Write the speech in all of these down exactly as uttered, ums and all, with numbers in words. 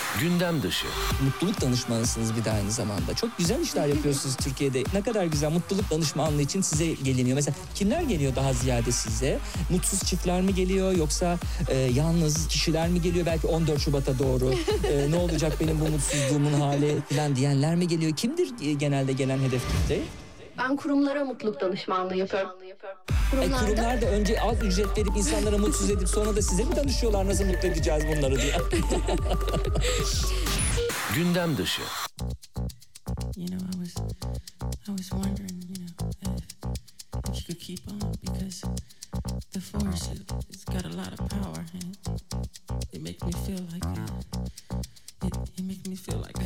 Gündem dışı. Mutluluk danışmanısınız bir de aynı zamanda. Çok güzel işler yapıyorsunuz Türkiye'de. Ne kadar güzel, mutluluk danışmanlığı için size geliniyor. Mesela kimler geliyor daha ziyade size? Mutsuz çiftler mi geliyor yoksa e, yalnız kişiler mi geliyor? Belki on dört Şubat'a doğru e, ne olacak benim bu mutsuzluğumun hali falan diyenler mi geliyor? Kimdir e, genelde gelen hedef kitle? Ben kurumlara mutluluk danışmanlığı yapıyorum. E, kurumlar da önce az ücret verip insanlara mutsuz edip sonra da size mi danışıyorlar nasıl mutlu edeceğiz bunları diye? Gündem dışı. You know, I was, I was wondering, you know, if, if you could keep on, because the force, it, it's got a lot of power, and it, it makes me feel like, uh, it, it makes me feel like.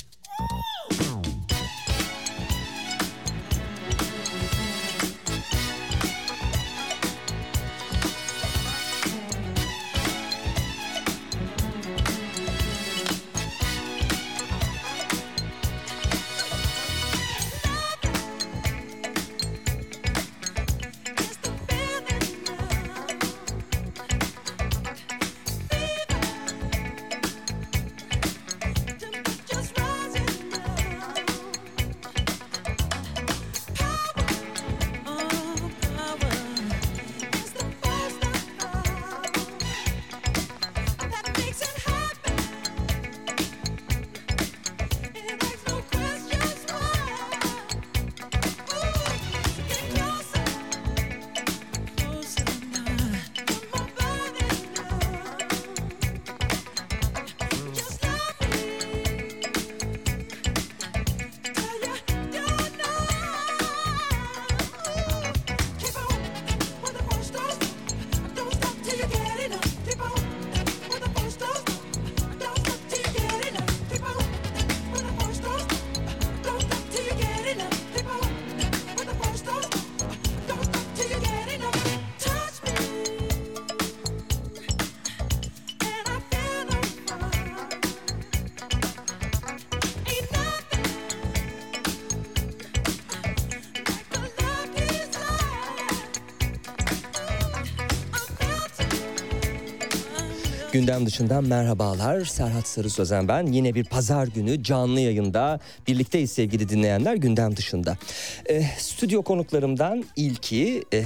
Gündem dışından merhabalar. Serhat Sarı Sözen ben. Yine bir pazar günü canlı yayında birlikteyiz sevgili dinleyenler gündem dışında. Ee, stüdyo konuklarımdan ilki... E,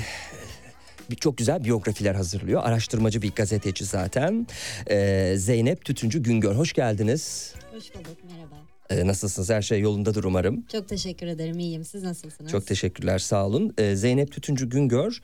çok güzel biyografiler hazırlıyor. Araştırmacı bir gazeteci zaten. Ee, Zeynep Tütüncü Güngör. Hoş geldiniz. Hoş bulduk, merhaba. Ee, nasılsınız? Her şey yolundadır umarım. Çok teşekkür ederim, iyiyim. Siz nasılsınız? Çok teşekkürler, sağ olun. Ee, Zeynep Tütüncü Güngör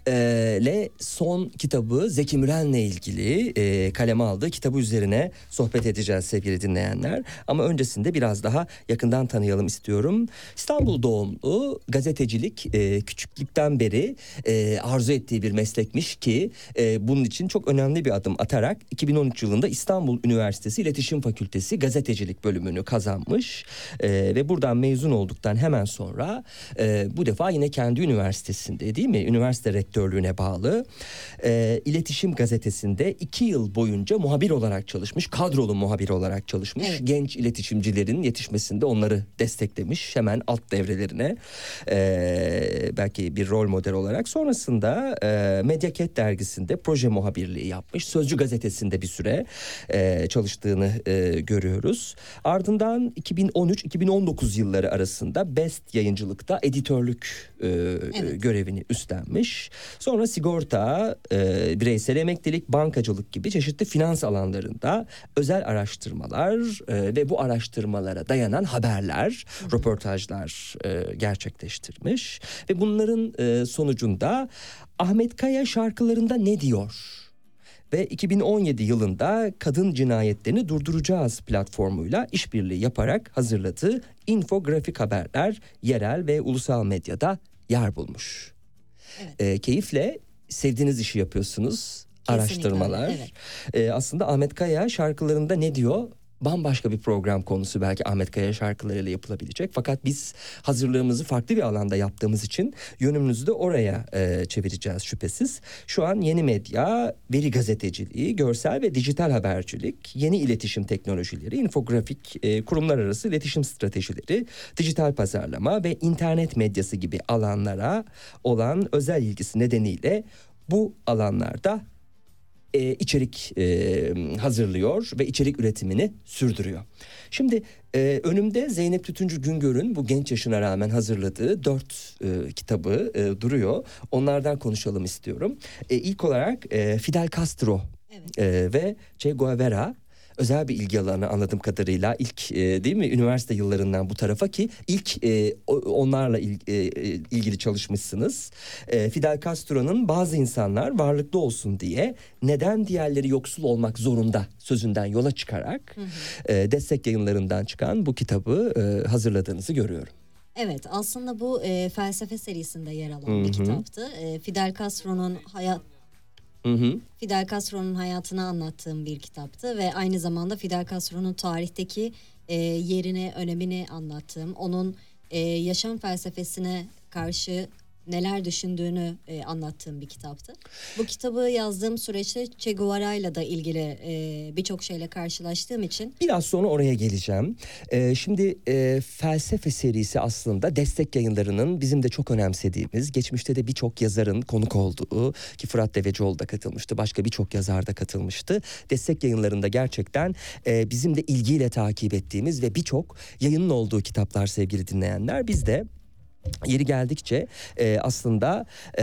ile son kitabı Zeki Müren'le ilgili e, kaleme aldığı kitabı üzerine sohbet edeceğiz sevgili dinleyenler. Ama öncesinde biraz daha yakından tanıyalım istiyorum. İstanbul doğumlu, gazetecilik e, küçüklükten beri e, arzu ettiği bir meslekmiş ki e, bunun için çok önemli bir adım atarak iki bin on üç yılında İstanbul Üniversitesi İletişim Fakültesi Gazetecilik bölümünü kazanmış. Ee, ve buradan mezun olduktan hemen sonra e, bu defa yine kendi üniversitesinde değil mi? Üniversite rektörlüğüne bağlı e, İletişim Gazetesi'nde iki yıl boyunca muhabir olarak çalışmış. Kadrolu muhabir olarak çalışmış. Evet. Genç iletişimcilerin yetişmesinde onları desteklemiş. Hemen alt devrelerine e, belki bir rol model olarak. Sonrasında e, Medyaket dergisinde proje muhabirliği yapmış. Sözcü Gazetesi'nde bir süre e, çalıştığını e, görüyoruz. Ardından iki bin on üç iki bin on dokuz yılları arasında Best Yayıncılık'ta editörlük e, evet. görevini üstlenmiş. Sonra sigorta, e, bireysel emeklilik, bankacılık gibi çeşitli finans alanlarında özel araştırmalar e, ve bu araştırmalara dayanan haberler, Hı. röportajlar e, gerçekleştirmiş. Ve bunların e, sonucunda Ahmet Kaya şarkılarında ne diyor? Ve iki bin on yedi yılında Kadın Cinayetlerini Durduracağız platformuyla işbirliği yaparak hazırladığı infografik haberler yerel ve ulusal medyada yer bulmuş. Evet. E, keyifle sevdiğiniz işi yapıyorsunuz. Kesinlikle, araştırmalar. Evet. E, aslında Ahmet Kaya şarkılarında ne diyor? Bambaşka bir program konusu belki Ahmet Kaya şarkılarıyla yapılabilecek. Fakat biz hazırlığımızı farklı bir alanda yaptığımız için yönümüzü de oraya e, çevireceğiz şüphesiz. Şu an yeni medya, veri gazeteciliği, görsel ve dijital habercilik, yeni iletişim teknolojileri, infografik, e, kurumlar arası iletişim stratejileri, dijital pazarlama ve internet medyası gibi alanlara olan özel ilgisi nedeniyle bu alanlarda e, içerik e, hazırlıyor ve içerik üretimini sürdürüyor. Şimdi e, önümde Zeynep Tütüncü Güngör'ün bu genç yaşına rağmen hazırladığı dört e, kitabı e, duruyor. Onlardan konuşalım istiyorum. E, ilk olarak e, Fidel Castro Evet. e, ve Che Guevara. Özel bir ilgi alanı anladığım kadarıyla ilk e, değil mi üniversite yıllarından bu tarafa ki ilk e, onlarla il, e, ilgili çalışmışsınız. E, Fidel Castro'nun bazı insanlar varlıklı olsun diye neden diğerleri yoksul olmak zorunda sözünden yola çıkarak hı hı. E, Destek Yayınlarından çıkan bu kitabı e, hazırladığınızı görüyorum. Evet, aslında bu e, felsefe serisinde yer alan Hı-hı. bir kitaptı. E, Fidel Castro'nun hayat Hı hı. Fidel Castro'nun hayatını anlattığım bir kitaptı ve aynı zamanda Fidel Castro'nun tarihteki e, yerini, önemini anlattığım, onun e, yaşam felsefesine karşı neler düşündüğünü e, anlattığım bir kitaptı. Bu kitabı yazdığım süreçte Che Guevara'yla da ilgili e, birçok şeyle karşılaştığım için... Biraz sonra oraya geleceğim. Ee, şimdi e, felsefe serisi aslında Destek Yayınları'nın bizim de çok önemsediğimiz, geçmişte de birçok yazarın konuk olduğu, ki Fırat Devecioğlu da katılmıştı, başka birçok yazar da katılmıştı. Destek Yayınları'nda gerçekten e, bizim de ilgiyle takip ettiğimiz ve birçok yayının olduğu kitaplar sevgili dinleyenler. Biz de yeri geldikçe e, aslında e,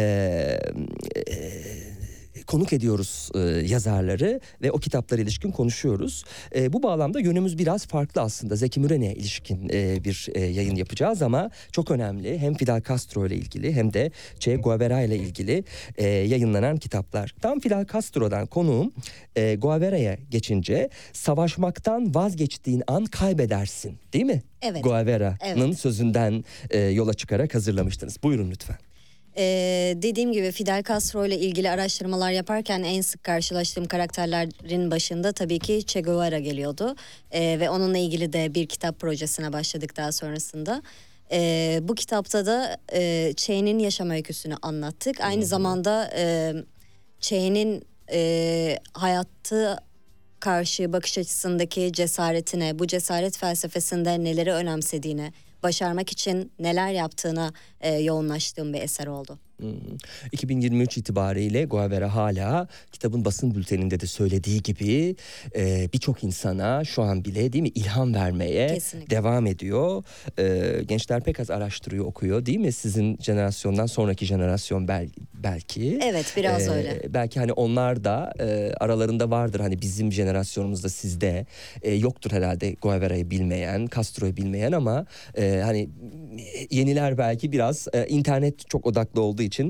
e, konuk ediyoruz e, yazarları ve o kitaplara ilişkin konuşuyoruz. E, bu bağlamda yönümüz biraz farklı aslında. Zeki Müren'e ilişkin e, bir e, yayın yapacağız ama çok önemli. Hem Fidel Castro ile ilgili hem de Che Guevara ile ilgili e, yayınlanan kitaplar. Tam Fidel Castro'dan konuğum e, Guevara'ya geçince savaşmaktan vazgeçtiğin an kaybedersin, değil mi? Evet. Guevara'nın Evet. sözünden e, yola çıkarak hazırlamıştınız. Buyurun lütfen. Ee, dediğim gibi Fidel Castro ile ilgili araştırmalar yaparken en sık karşılaştığım karakterlerin başında tabii ki Che Guevara geliyordu. Ee, ve onunla ilgili de bir kitap projesine başladık daha sonrasında. Ee, bu kitapta da e, Che'nin yaşam öyküsünü anlattık. Aynı Hı-hı. zamanda e, Che'nin e, hayatı karşı bakış açısındaki cesaretine, bu cesaret felsefesinde neleri önemsediğine, başarmak için neler yaptığına e, yoğunlaştığım bir eser oldu. iki bin yirmi üç itibariyle Guevara hala kitabın basın bülteninde de söylediği gibi e, birçok insana şu an bile değil mi ilham vermeye Kesinlikle. devam ediyor. E, gençler pek az araştırıyor, okuyor değil mi? Sizin jenerasyondan sonraki jenerasyon bel, belki. Evet, biraz e, öyle. Belki hani onlar da e, aralarında vardır hani bizim jenerasyonumuzda sizde e, yoktur herhalde Guevara'yı bilmeyen, Castro'yu bilmeyen ama e, hani yeniler belki biraz e, internet çok odaklı olduğu için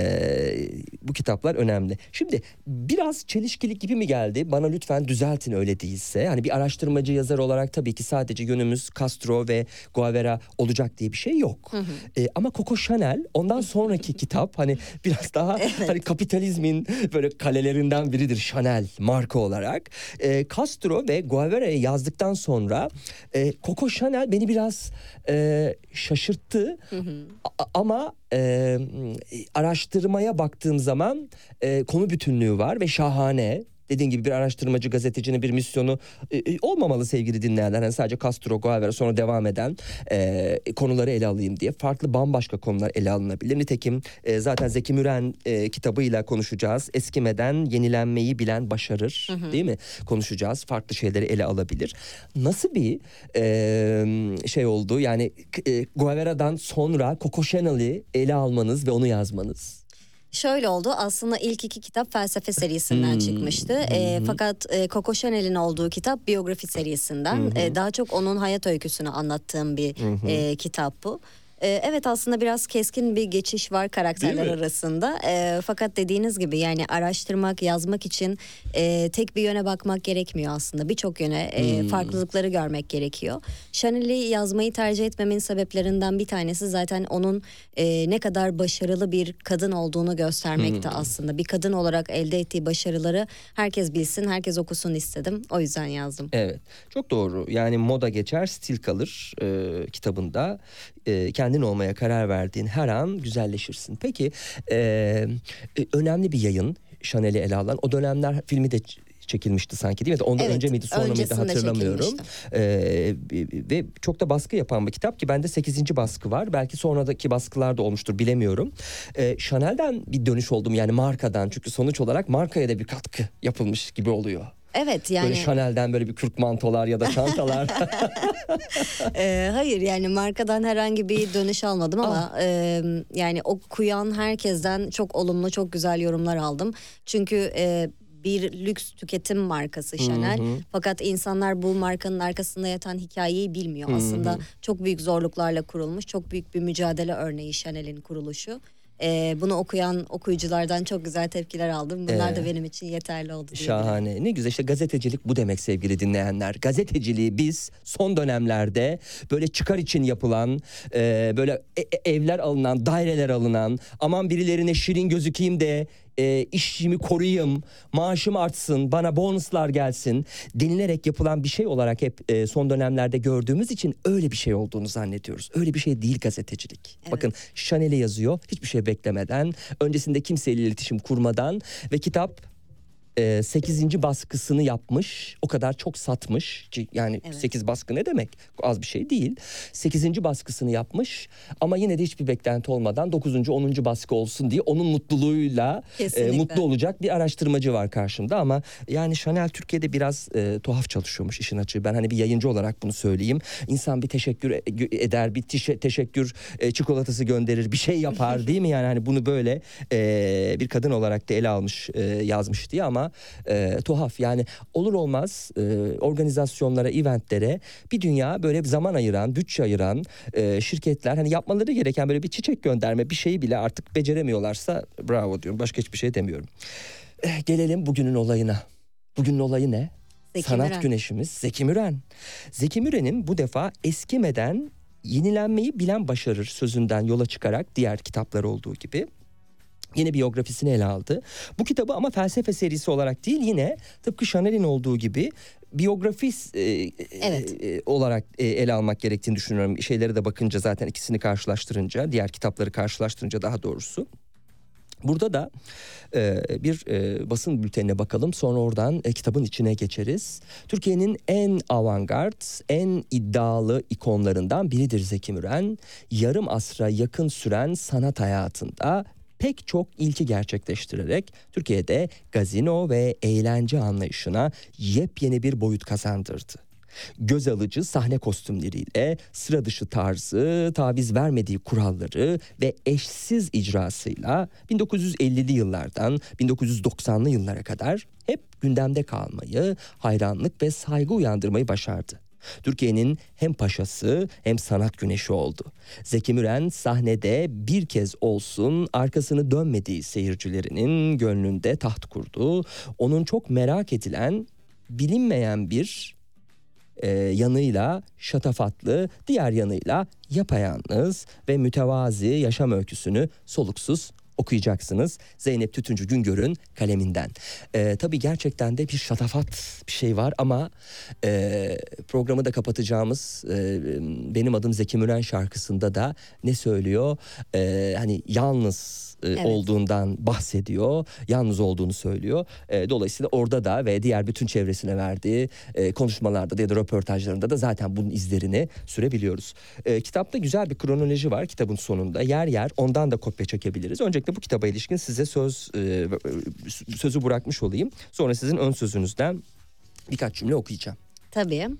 e, bu kitaplar önemli. Şimdi biraz çelişkili gibi mi geldi? Bana lütfen düzeltin öyle değilse. Hani bir araştırmacı yazar olarak tabii ki sadece yönümüz Castro ve Guevara olacak diye bir şey yok. Hı hı. E, ama Coco Chanel ondan sonraki kitap hani biraz daha evet. hani kapitalizmin böyle kalelerinden biridir Chanel marka olarak. E, Castro ve Guevara'yı yazdıktan sonra e, Coco Chanel beni biraz e, şaşırttı. Hı hı. A- ama e, araştırmaya baktığım zaman e, konu bütünlüğü var ve şahane. Dediğin gibi bir araştırmacı, gazetecinin bir misyonu e, olmamalı sevgili dinleyenler. Yani sadece Castro, Guevara sonra devam eden e, konuları ele alayım diye. Farklı bambaşka konular ele alınabilir. Nitekim e, zaten Zeki Müren e, kitabıyla konuşacağız. Eskimeden yenilenmeyi bilen başarır, hı hı. değil mi? Konuşacağız. Farklı şeyleri ele alabilir. Nasıl bir e, şey oldu? Yani e, Guevara'dan sonra Coco Chanel'i ele almanız ve onu yazmanız? Şöyle oldu, aslında ilk iki kitap felsefe serisinden hmm. çıkmıştı. Hmm. E, fakat e, Coco Chanel'in olduğu kitap biyografi serisinden. Hmm. E, daha çok onun hayat öyküsünü anlattığım bir hmm. e, kitap bu. Ee, evet, aslında biraz keskin bir geçiş var karakterler arasında. Ee, fakat dediğiniz gibi yani araştırmak, yazmak için e, tek bir yöne bakmak gerekmiyor aslında. Birçok yöne e, hmm. farklılıkları görmek gerekiyor. Chanel'i yazmayı tercih etmemin sebeplerinden bir tanesi zaten onun e, ne kadar başarılı bir kadın olduğunu göstermekte hmm. aslında. Bir kadın olarak elde ettiği başarıları herkes bilsin, herkes okusun istedim. O yüzden yazdım. Evet, çok doğru. Yani moda geçer, stil kalır e, kitabında. E, kendin olmaya karar verdiğin her an güzelleşirsin. Peki e, önemli bir yayın Chanel'i ele alan, o dönemler filmi de çekilmişti sanki değil mi? Ondan Evet, önce miydi sonra mıydı öncesinde hatırlamıyorum. Ee, ve çok da baskı yapan bir kitap ki bende sekizinci baskı var. Belki sonradaki baskılar da olmuştur bilemiyorum. Ee, Chanel'den bir dönüş oldum yani markadan. Çünkü sonuç olarak markaya da bir katkı yapılmış gibi oluyor. Evet yani. Böyle Chanel'den böyle bir kürk mantolar ya da çantalar. e, hayır yani markadan herhangi bir dönüş almadım ama e, yani okuyan herkesten çok olumlu, çok güzel yorumlar aldım. Çünkü e, bir lüks tüketim markası Chanel. Hı hı. Fakat insanlar bu markanın arkasında yatan hikayeyi bilmiyor. Hı hı. Aslında çok büyük zorluklarla kurulmuş, çok büyük bir mücadele örneği Chanel'in kuruluşu. Ee, bunu okuyan okuyuculardan çok güzel tepkiler aldım. Bunlar ee, da benim için yeterli oldu. Şahane. Ne güzel işte gazetecilik bu demek sevgili dinleyenler. Gazeteciliği biz son dönemlerde böyle çıkar için yapılan, e, böyle e- evler alınan, daireler alınan, aman birilerine şirin gözükeyim de e, işimi koruyayım, maaşım artsın, bana bonuslar gelsin denilerek yapılan bir şey olarak hep e, son dönemlerde gördüğümüz için öyle bir şey olduğunu zannediyoruz. Öyle bir şey değil gazetecilik. Evet. Bakın Chanel'e yazıyor hiçbir şey beklemeden, öncesinde kimseyle iletişim kurmadan ve kitap sekizinci baskısını yapmış. O kadar çok satmış ki yani evet. sekiz baskı ne demek? Az bir şey değil. sekizinci baskısını yapmış ama yine de hiçbir beklenti olmadan dokuzuncu onuncu baskı olsun diye onun mutluluğuyla e, mutlu olacak bir araştırmacı var karşımda ama yani Chanel Türkiye'de biraz e, tuhaf çalışıyormuş işin açığı. Ben hani bir yayıncı olarak bunu söyleyeyim. İnsan bir teşekkür eder, bir tişe, teşekkür e, çikolatası gönderir, bir şey yapar değil mi? Yani hani bunu böyle e, bir kadın olarak da ele almış, e, yazmış diye ama E, tuhaf yani olur olmaz e, organizasyonlara, eventlere bir dünya böyle bir zaman ayıran, bütçe ayıran e, şirketler hani yapmaları gereken böyle bir çiçek gönderme bir şeyi bile artık beceremiyorlarsa bravo diyorum. Başka hiçbir şey demiyorum. E, gelelim bugünün olayına. Bugünün olayı ne? Zeki Sanat Müren. güneşimiz Zeki Müren. Zeki Müren'in bu defa eskimeden yenilenmeyi bilen başarır sözünden yola çıkarak diğer kitapları olduğu gibi yine biyografisini ele aldı. Bu kitabı ama felsefe serisi olarak değil yine tıpkı Chanel'in olduğu gibi biyografi e, evet. e, olarak e, ele almak gerektiğini düşünüyorum. Şeylere de bakınca zaten ikisini karşılaştırınca, diğer kitapları karşılaştırınca daha doğrusu. Burada da e, bir e, basın bültenine bakalım sonra oradan e, kitabın içine geçeriz. Türkiye'nin en avantgard, en iddialı ikonlarından biridir Zeki Müren. Yarım asra yakın süren sanat hayatında pek çok ilki gerçekleştirerek Türkiye'de gazino ve eğlence anlayışına yepyeni bir boyut kazandırdı. Göz alıcı sahne kostümleriyle sıra dışı tarzı, taviz vermediği kuralları ve eşsiz icrasıyla bin dokuz yüz ellili yıllardan bin dokuz yüz doksanlı yıllara kadar hep gündemde kalmayı, hayranlık ve saygı uyandırmayı başardı. Türkiye'nin hem paşası hem sanat güneşi oldu. Zeki Müren sahnede bir kez olsun arkasını dönmediği seyircilerinin gönlünde taht kurdu. Onun çok merak edilen, bilinmeyen bir e, yanıyla şatafatlı, diğer yanıyla yapayalnız ve mütevazi yaşam öyküsünü soluksuz okuyacaksınız. Zeynep Tütüncü Güngör'ün kaleminden. Ee, tabii gerçekten de bir şatafat bir şey var ama e, programı da kapatacağımız e, Benim Adım Zeki Müren şarkısında da ne söylüyor? E, hani yalnız e, evet. olduğundan bahsediyor. Yalnız olduğunu söylüyor. E, dolayısıyla orada da ve diğer bütün çevresine verdiği e, konuşmalarda da ya da röportajlarında da zaten bunun izlerini sürebiliyoruz. E, kitapta güzel bir kronoloji var kitabın sonunda. Yer yer ondan da kopya çekebiliriz. Öncelikle bu kitaba ilişkin size söz e, sözü bırakmış olayım. Sonra sizin ön sözünüzden birkaç cümle okuyacağım. Tabii.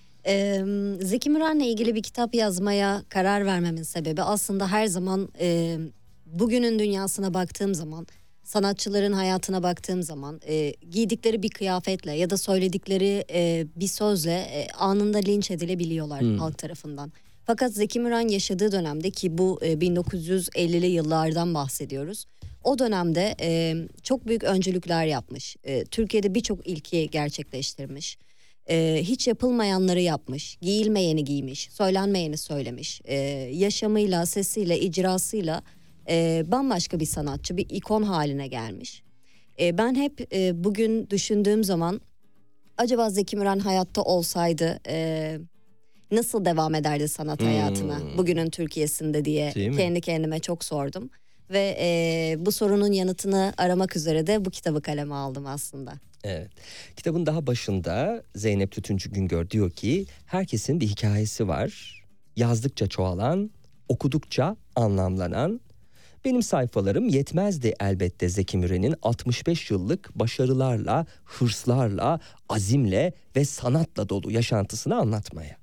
Ee, Zeki Müren'le ilgili bir kitap yazmaya karar vermemin sebebi aslında her zaman e, bugünün dünyasına baktığım zaman, sanatçıların hayatına baktığım zaman e, giydikleri bir kıyafetle ya da söyledikleri e, bir sözle e, anında linç edilebiliyorlar hmm. halk tarafından. Fakat Zeki Müren yaşadığı dönemde ki bu e, bin dokuz yüz ellili yıllardan bahsediyoruz. O dönemde e, çok büyük öncülükler yapmış. E, Türkiye'de birçok ilki gerçekleştirmiş. E, hiç yapılmayanları yapmış. Giyilmeyeni giymiş. Söylenmeyeni söylemiş. E, yaşamıyla, sesiyle, icrasıyla e, bambaşka bir sanatçı, bir ikon haline gelmiş. E, ben hep e, bugün düşündüğüm zaman acaba Zeki Müren hayatta olsaydı E, nasıl devam ederdi sanat hayatına hmm. bugünün Türkiye'sinde diye kendi kendime çok sordum. Ve e, bu sorunun yanıtını aramak üzere de bu kitabı kaleme aldım aslında. Evet. Kitabın daha başında Zeynep Tütüncü Güngör diyor ki herkesin bir hikayesi var. Yazdıkça çoğalan, okudukça anlamlanan. Benim sayfalarım yetmezdi elbette Zeki Müren'in altmış beş yıllık başarılarla, hırslarla, azimle ve sanatla dolu yaşantısını anlatmaya.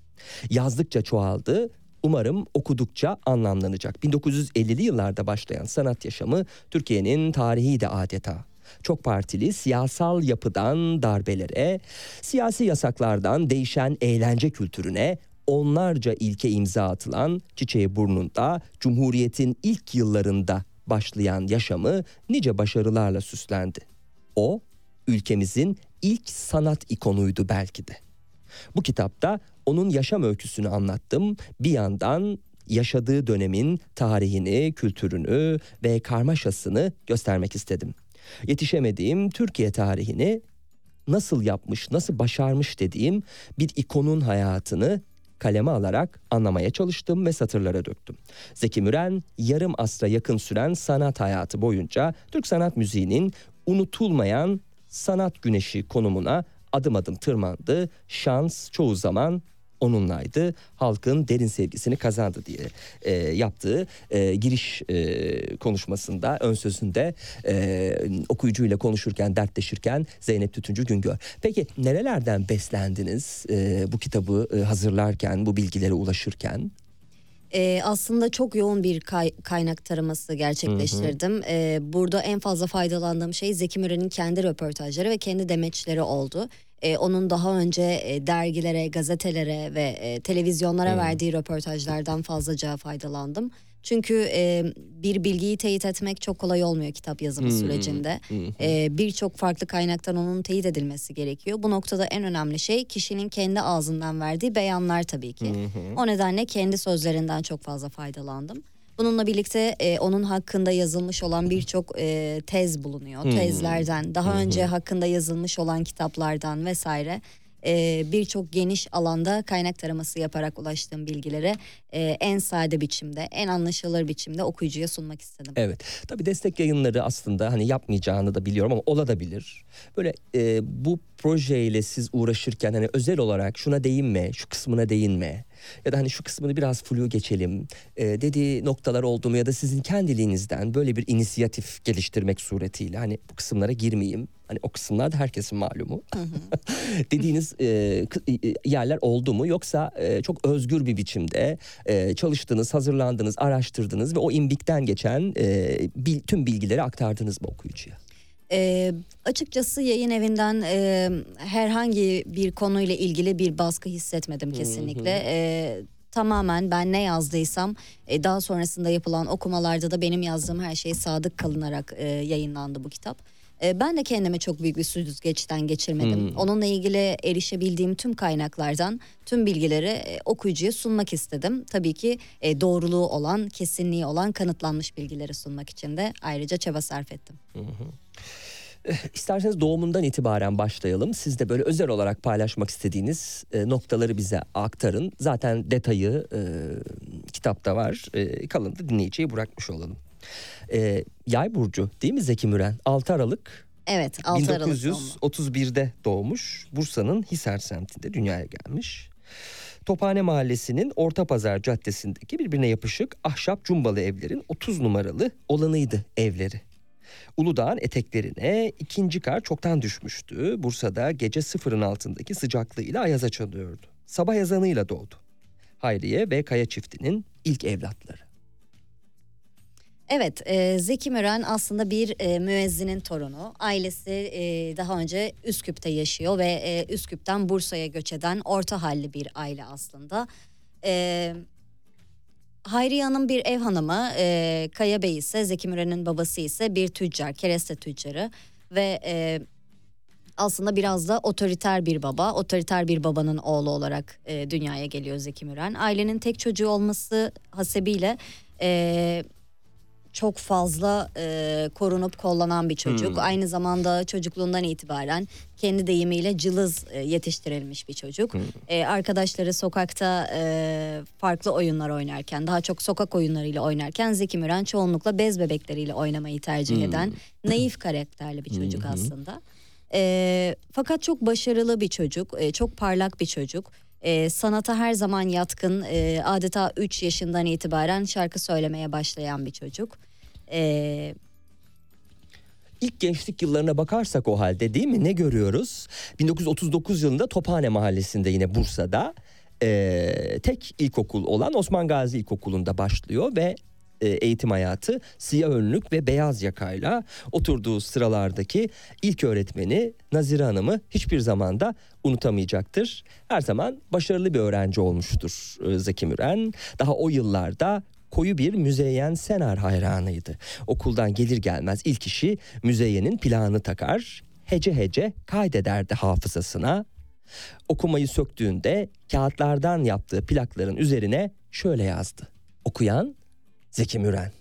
Yazdıkça çoğaldı, umarım okudukça anlamlanacak. bin dokuz yüz ellili yıllarda başlayan sanat yaşamı Türkiye'nin tarihi de adeta. Çok partili siyasal yapıdan darbelere, siyasi yasaklardan değişen eğlence kültürüne, onlarca ilke imza atılan Çiçeği Burnunda, Cumhuriyet'in ilk yıllarında başlayan yaşamı nice başarılarla süslendi. O, ülkemizin ilk sanat ikonuydu belki de. Bu kitapta onun yaşam öyküsünü anlattım. Bir yandan yaşadığı dönemin tarihini, kültürünü ve karmaşasını göstermek istedim. Yetişemediğim Türkiye tarihini nasıl yapmış, nasıl başarmış dediğim bir ikonun hayatını kaleme alarak anlamaya çalıştım ve satırlara döktüm. Zeki Müren yarım asra yakın süren sanat hayatı boyunca Türk sanat müziğinin unutulmayan sanat güneşi konumuna adım adım tırmandı. Şans çoğu zaman onunlaydı. Halkın derin sevgisini kazandı diye e, yaptığı e, giriş e, konuşmasında, ön sözünde e, okuyucuyla konuşurken, dertleşirken Zeynep Tütüncü Güngör. Peki nerelerden beslendiniz e, bu kitabı e, hazırlarken, bu bilgilere ulaşırken? Ee, aslında çok yoğun bir kay- kaynak taraması gerçekleştirdim. Hı hı. Ee, burada en fazla faydalandığım şey Zeki Müren'in kendi röportajları ve kendi demeçleri oldu. Ee, onun daha önce e, dergilere, gazetelere ve e, televizyonlara hı. verdiği röportajlardan fazlaca faydalandım. Çünkü e, bir bilgiyi teyit etmek çok kolay olmuyor kitap yazımı hmm. sürecinde. Hmm. E, Birçok farklı kaynaktan onun teyit edilmesi gerekiyor. Bu noktada en önemli şey kişinin kendi ağzından verdiği beyanlar tabii ki. Hmm. O nedenle kendi sözlerinden çok fazla faydalandım. Bununla birlikte e, onun hakkında yazılmış olan birçok e, tez bulunuyor. Hmm. Tezlerden, daha hmm. önce hakkında yazılmış olan kitaplardan vesaire... Ee, birçok geniş alanda kaynak taraması yaparak ulaştığım bilgilere e, en sade biçimde, en anlaşılır biçimde okuyucuya sunmak istedim. Evet, tabii destek yayınları aslında hani yapmayacağını da biliyorum ama olabilir. Böyle e, bu projeyle siz uğraşırken hani özel olarak şuna değinme, şu kısmına değinme ya da hani şu kısmını biraz flu geçelim e, dediği noktalar oldu mu ya da sizin kendiliğinizden böyle bir inisiyatif geliştirmek suretiyle hani bu kısımlara girmeyeyim. Hani o kısımlar da herkesin malumu. Hı hı. dediğiniz e, yerler oldu mu? Yoksa e, çok özgür bir biçimde e, çalıştınız, hazırlandınız, araştırdınız ve o imbikten geçen e, bil, tüm bilgileri aktardınız mı okuyucuya? E, açıkçası yayın evinden e, herhangi bir konuyla ilgili bir baskı hissetmedim kesinlikle. Hı hı. E, tamamen ben ne yazdıysam e, daha sonrasında yapılan okumalarda da benim yazdığım her şeye sadık kalınarak e, yayınlandı bu kitap. Ben de kendime çok büyük bir süzgeçten geçirmedim. Hmm. Onunla ilgili erişebildiğim tüm kaynaklardan tüm bilgileri okuyucuya sunmak istedim. Tabii ki doğruluğu olan, kesinliği olan kanıtlanmış bilgileri sunmak için de ayrıca çaba sarf ettim. Hı hı. İsterseniz doğumundan itibaren başlayalım. Siz de böyle özel olarak paylaşmak istediğiniz noktaları bize aktarın. Zaten detayı e, kitapta var. E, kalanı da dinleyiciye bırakmış olalım. E, Yay burcu değil mi Zeki Müren? altı Aralık. Evet, altı Aralık bin dokuz yüz otuz birde doğmuş. Bursa'nın Hisar semtinde dünyaya gelmiş. Tophane Mahallesi'nin Ortapazar Caddesi'ndeki birbirine yapışık ahşap cumbalı evlerin otuz numaralı olanıydı evleri. Uludağ'ın eteklerine ikinci kar çoktan düşmüştü. Bursa'da gece sıfırın altındaki sıcaklığıyla ayaza çalıyordu. Sabah ezanıyla doğdu. Hayriye ve Kaya çiftinin ilk evlatları. Evet, e, Zeki Müren aslında bir e, müezzinin torunu. Ailesi e, daha önce Üsküp'te yaşıyor ve e, Üsküp'ten Bursa'ya göç eden orta halli bir aile aslında. E, Hayriye Hanım bir ev hanımı, e, Kaya Bey ise Zeki Müren'in babası ise bir tüccar, kereste tüccarı ve e, aslında biraz da otoriter bir baba, otoriter bir babanın oğlu olarak e, dünyaya geliyor Zeki Müren. Ailenin tek çocuğu olması hasebiyle E, çok fazla e, korunup kollanan bir çocuk. Hmm. Aynı zamanda çocukluğundan itibaren kendi deyimiyle cılız e, yetiştirilmiş bir çocuk. Hmm. E, arkadaşları sokakta e, farklı oyunlar oynarken, daha çok sokak oyunlarıyla oynarken Zeki Müren çoğunlukla bez bebekleriyle oynamayı tercih hmm. eden naif karakterli bir çocuk hmm. aslında. E, fakat çok başarılı bir çocuk, e, çok parlak bir çocuk. E, sanata her zaman yatkın, e, adeta üç yaşından itibaren şarkı söylemeye başlayan bir çocuk. E, İlk gençlik yıllarına bakarsak o halde değil mi? Ne görüyoruz? bin dokuz yüz otuz dokuz yılında Tophane Mahallesi'nde yine Bursa'da e, tek ilkokul olan Osman Gazi İlkokulu'nda başlıyor ve e, eğitim hayatı siyah önlük ve beyaz yakayla oturduğu sıralardaki ilk öğretmeni Nazire Hanım'ı hiçbir zamanda unutamayacaktır. Her zaman başarılı bir öğrenci olmuştur e, Zeki Müren. Daha o yıllarda koyu bir Müzeyyen Senar hayranıydı. Okuldan gelir gelmez ilk işi Müzeyyen'in plağını takar, hece hece kaydederdi hafızasına. Okumayı söktüğünde kağıtlardan yaptığı plakların üzerine şöyle yazdı: okuyan Zeki Müren.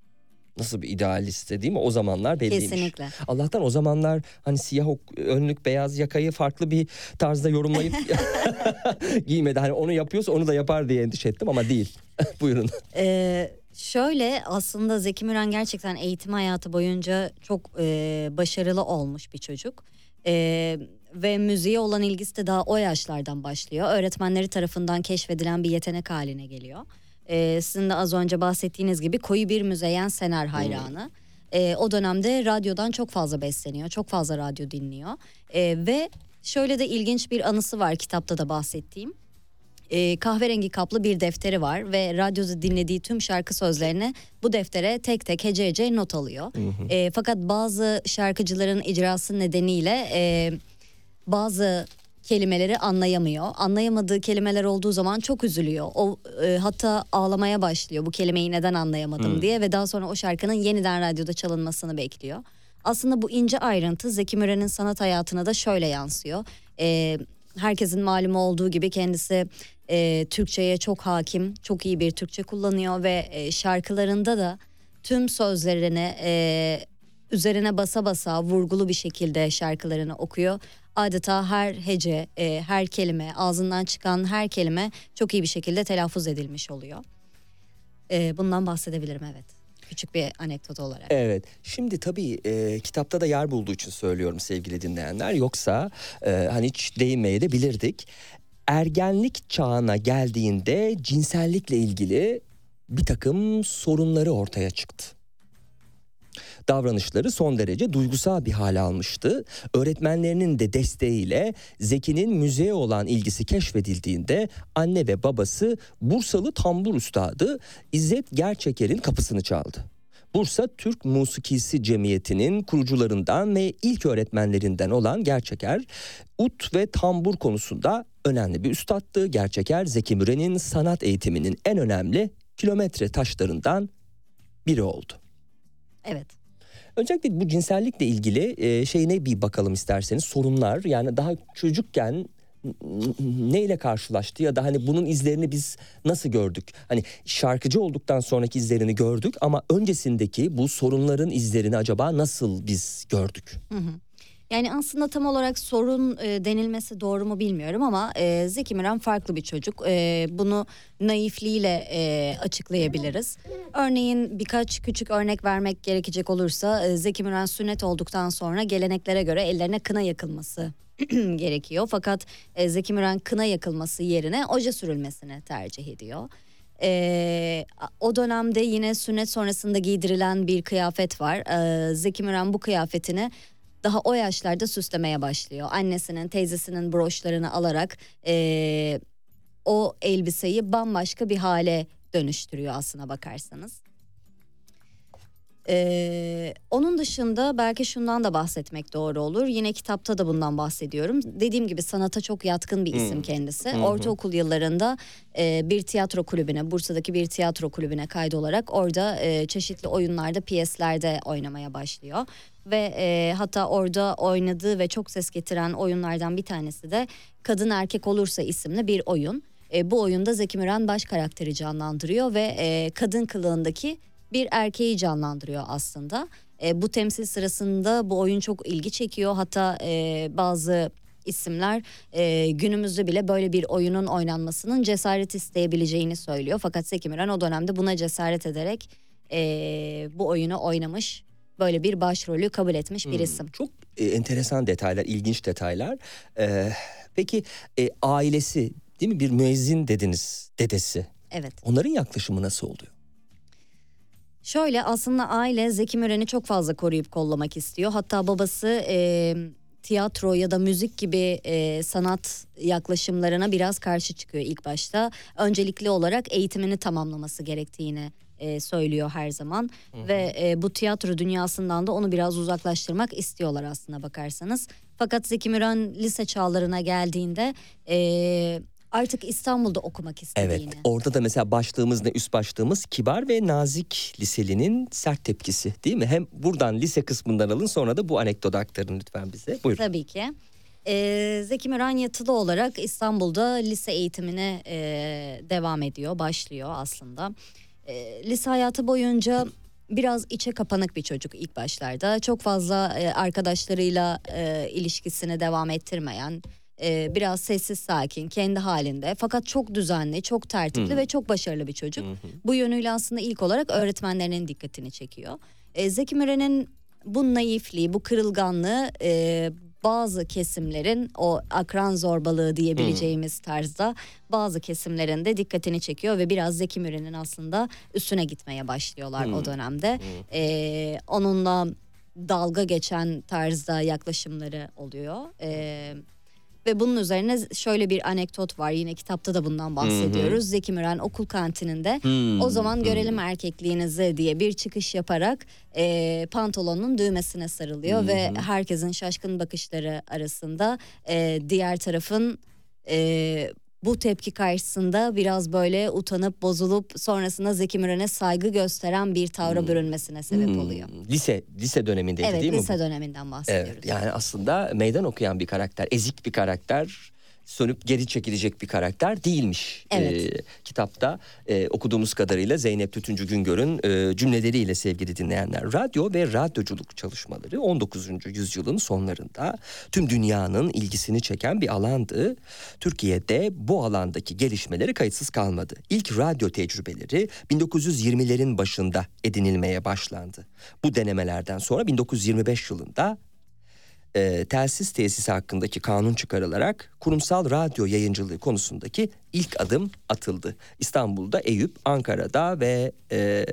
Nasıl bir idealist değil mi? O zamanlar belliymiş. Kesinlikle. Allah'tan o zamanlar hani siyah önlük beyaz yakayı farklı bir tarzda yorumlayıp giymedi. Hani onu yapıyorsa onu da yapar diye endişe ettim ama değil. Buyurun. Ee, şöyle aslında Zeki Müren gerçekten eğitim hayatı boyunca çok e, başarılı olmuş bir çocuk. E, ve müziğe olan ilgisi de daha o yaşlardan başlıyor. Öğretmenleri tarafından keşfedilen bir yetenek haline geliyor. E, sizin de az önce bahsettiğiniz gibi koyu bir Müzeyyen Senar hayranı. Hmm. E, o dönemde radyodan çok fazla besleniyor, çok fazla radyo dinliyor. E, ve şöyle de ilginç bir anısı var kitapta da bahsettiğim. E, kahverengi kaplı bir defteri var ve radyoda dinlediği tüm şarkı sözlerini bu deftere tek tek hece hece not alıyor. Hı hı. E, fakat bazı şarkıcıların icrası nedeniyle e, bazı kelimeleri anlayamıyor. Anlayamadığı kelimeler olduğu zaman çok üzülüyor. O e, hatta ağlamaya başlıyor bu kelimeyi neden anlayamadım hı. diye ve daha sonra o şarkının yeniden radyoda çalınmasını bekliyor. Aslında bu ince ayrıntı Zeki Müren'in sanat hayatına da şöyle yansıyor. E, herkesin malumu olduğu gibi kendisi e, Türkçe'ye çok hakim, çok iyi bir Türkçe kullanıyor ve e, şarkılarında da tüm sözlerini e, üzerine basa basa vurgulu bir şekilde şarkılarını okuyor. Adeta her hece, e, her kelime, ağzından çıkan her kelime çok iyi bir şekilde telaffuz edilmiş oluyor. E, bundan bahsedebilirim, evet. Küçük bir anekdot olarak. Evet. Şimdi tabii e, kitapta da yer bulduğu için söylüyorum sevgili dinleyenler. Yoksa e, hani hiç değinmeye de bilirdik. Ergenlik çağına geldiğinde cinsellikle ilgili bir takım sorunları ortaya çıktı. Davranışları son derece duygusal bir hale almıştı. Öğretmenlerinin de desteğiyle Zeki'nin müziğe olan ilgisi keşfedildiğinde anne ve babası Bursalı tambur üstadı İzzet Gerçeker'in kapısını çaldı. Bursa Türk Musikisi Cemiyeti'nin kurucularından ve ilk öğretmenlerinden olan Gerçeker, ut ve tambur konusunda önemli bir üstattı. Gerçeker, Zeki Müren'in sanat eğitiminin en önemli kilometre taşlarından biri oldu. Evet. Öncelikle bu cinsellikle ilgili e, şeyine bir bakalım isterseniz, sorunlar. Yani daha çocukken neyle karşılaştı ya da hani bunun izlerini biz nasıl gördük? Hani şarkıcı olduktan sonraki izlerini gördük ama öncesindeki bu sorunların izlerini acaba nasıl biz gördük? Hı hı. Yani aslında tam olarak sorun e, denilmesi doğru mu bilmiyorum ama e, Zeki Müren farklı bir çocuk. E, bunu naifliğiyle e, açıklayabiliriz. Örneğin birkaç küçük örnek vermek gerekecek olursa e, Zeki Müren sünnet olduktan sonra geleneklere göre ellerine kına yakılması gerekiyor. Fakat e, Zeki Müren kına yakılması yerine oje sürülmesini tercih ediyor. Ee, o dönemde yine sünnet sonrasında giydirilen bir kıyafet var. Ee, Zeki Müren bu kıyafetini daha o yaşlarda süslemeye başlıyor. Annesinin, teyzesinin broşlarını alarak e, o elbiseyi bambaşka bir hale dönüştürüyor aslına bakarsanız. Ee, onun dışında belki şundan da bahsetmek doğru olur. Yine kitapta da bundan bahsediyorum. Dediğim gibi sanata çok yatkın bir isim kendisi. Hmm. Ortaokul yıllarında e, bir tiyatro kulübüne, Bursa'daki bir tiyatro kulübüne kaydolarak orada e, çeşitli oyunlarda, piyeslerde oynamaya başlıyor. Ve e, hatta orada oynadığı ve çok ses getiren oyunlardan bir tanesi de Kadın Erkek Olursa isimli bir oyun. E, bu oyunda Zeki Müren baş karakteri canlandırıyor ve e, kadın kılığındaki bir erkeği canlandırıyor aslında. E, bu temsil sırasında bu oyun çok ilgi çekiyor. Hatta e, bazı isimler e, günümüzde bile böyle bir oyunun oynanmasının cesaret isteyebileceğini söylüyor. Fakat Zeki Müren o dönemde buna cesaret ederek e, bu oyunu oynamış böyle bir başrolü kabul etmiş bir isim. Çok e, enteresan detaylar, ilginç detaylar. Ee, peki e, ailesi, değil mi, bir müezzin dediniz, dedesi. Evet. Onların yaklaşımı nasıl oluyor? Şöyle, aslında aile Zeki Müren'i çok fazla koruyup kollamak istiyor. Hatta babası e, tiyatro ya da müzik gibi e, sanat yaklaşımlarına biraz karşı çıkıyor ilk başta. Öncelikli olarak eğitimini tamamlaması gerektiğini e, söylüyor her zaman. Hı-hı. Ve e, bu tiyatro dünyasından da onu biraz uzaklaştırmak istiyorlar aslına bakarsanız. Fakat Zeki Müren lise çağlarına geldiğinde E, artık İstanbul'da okumak istediğini. Evet, orada da mesela başlığımız ne, üst başlığımız Kibar ve Nazik Liseli'nin sert tepkisi, değil mi? Hem buradan lise kısmından alın, sonra da bu anekdotu aktarın lütfen bize. Buyurun. Tabii ki. Ee, Zeki Müren yatılı olarak İstanbul'da lise eğitimine e, devam ediyor, başlıyor aslında. E, lise hayatı boyunca biraz içe kapanık bir çocuk ilk başlarda. Çok fazla e, arkadaşlarıyla e, ilişkisini devam ettirmeyen, biraz sessiz sakin, kendi halinde, fakat çok düzenli, çok tertipli hmm. ve çok başarılı bir çocuk. Hmm. Bu yönüyle aslında ilk olarak öğretmenlerinin dikkatini çekiyor. E, Zeki Müren'in bu naifliği, bu kırılganlığı e, bazı kesimlerin, o akran zorbalığı diyebileceğimiz hmm. tarzda bazı kesimlerin de dikkatini çekiyor ve biraz Zeki Müren'in aslında üstüne gitmeye başlıyorlar hmm. o dönemde. Hmm. E, onunla dalga geçen tarzda yaklaşımları oluyor. Evet. Ve bunun üzerine şöyle bir anekdot var. Yine kitapta da bundan bahsediyoruz. Hı hı. Zeki Müren okul kantininde hı, o zaman görelim hı. erkekliğinizi diye bir çıkış yaparak e, pantolonun düğmesine sarılıyor. Hı hı. Ve herkesin şaşkın bakışları arasında e, diğer tarafın e, bu tepki karşısında biraz böyle utanıp bozulup sonrasında Zeki Müren'e saygı gösteren bir tavra hmm. bürünmesine sebep hmm. oluyor. Lise lise dönemindeydi evet, değil mi? Evet, lise bu? döneminden bahsediyoruz. Evet, yani aslında meydan okuyan bir karakter, ezik bir karakter, sönüp geri çekilecek bir karakter değilmiş. Evet. Ee, kitapta e, okuduğumuz kadarıyla Zeynep Tütüncü Güngör'ün e, cümleleriyle sevgili dinleyenler. Radyo ve radyoculuk çalışmaları on dokuzuncu yüzyılın sonlarında tüm dünyanın ilgisini çeken bir alandı. Türkiye'de bu alandaki gelişmeleri kayıtsız kalmadı. İlk radyo tecrübeleri bin dokuz yüz yirmilerin başında edinilmeye başlandı. Bu denemelerden sonra bin dokuz yüz yirmi beş yılında E, telsiz tesisi hakkındaki kanun çıkarılarak kurumsal radyo yayıncılığı konusundaki ilk adım atıldı. İstanbul'da, Eyüp, Ankara'da ve e,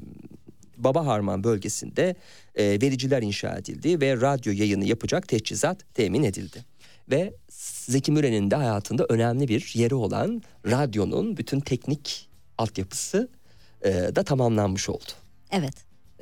Babaharman bölgesinde e, vericiler inşa edildi ve radyo yayını yapacak teçhizat temin edildi. Ve Zeki Müren'in de hayatında önemli bir yeri olan radyonun bütün teknik altyapısı e, da tamamlanmış oldu. Evet.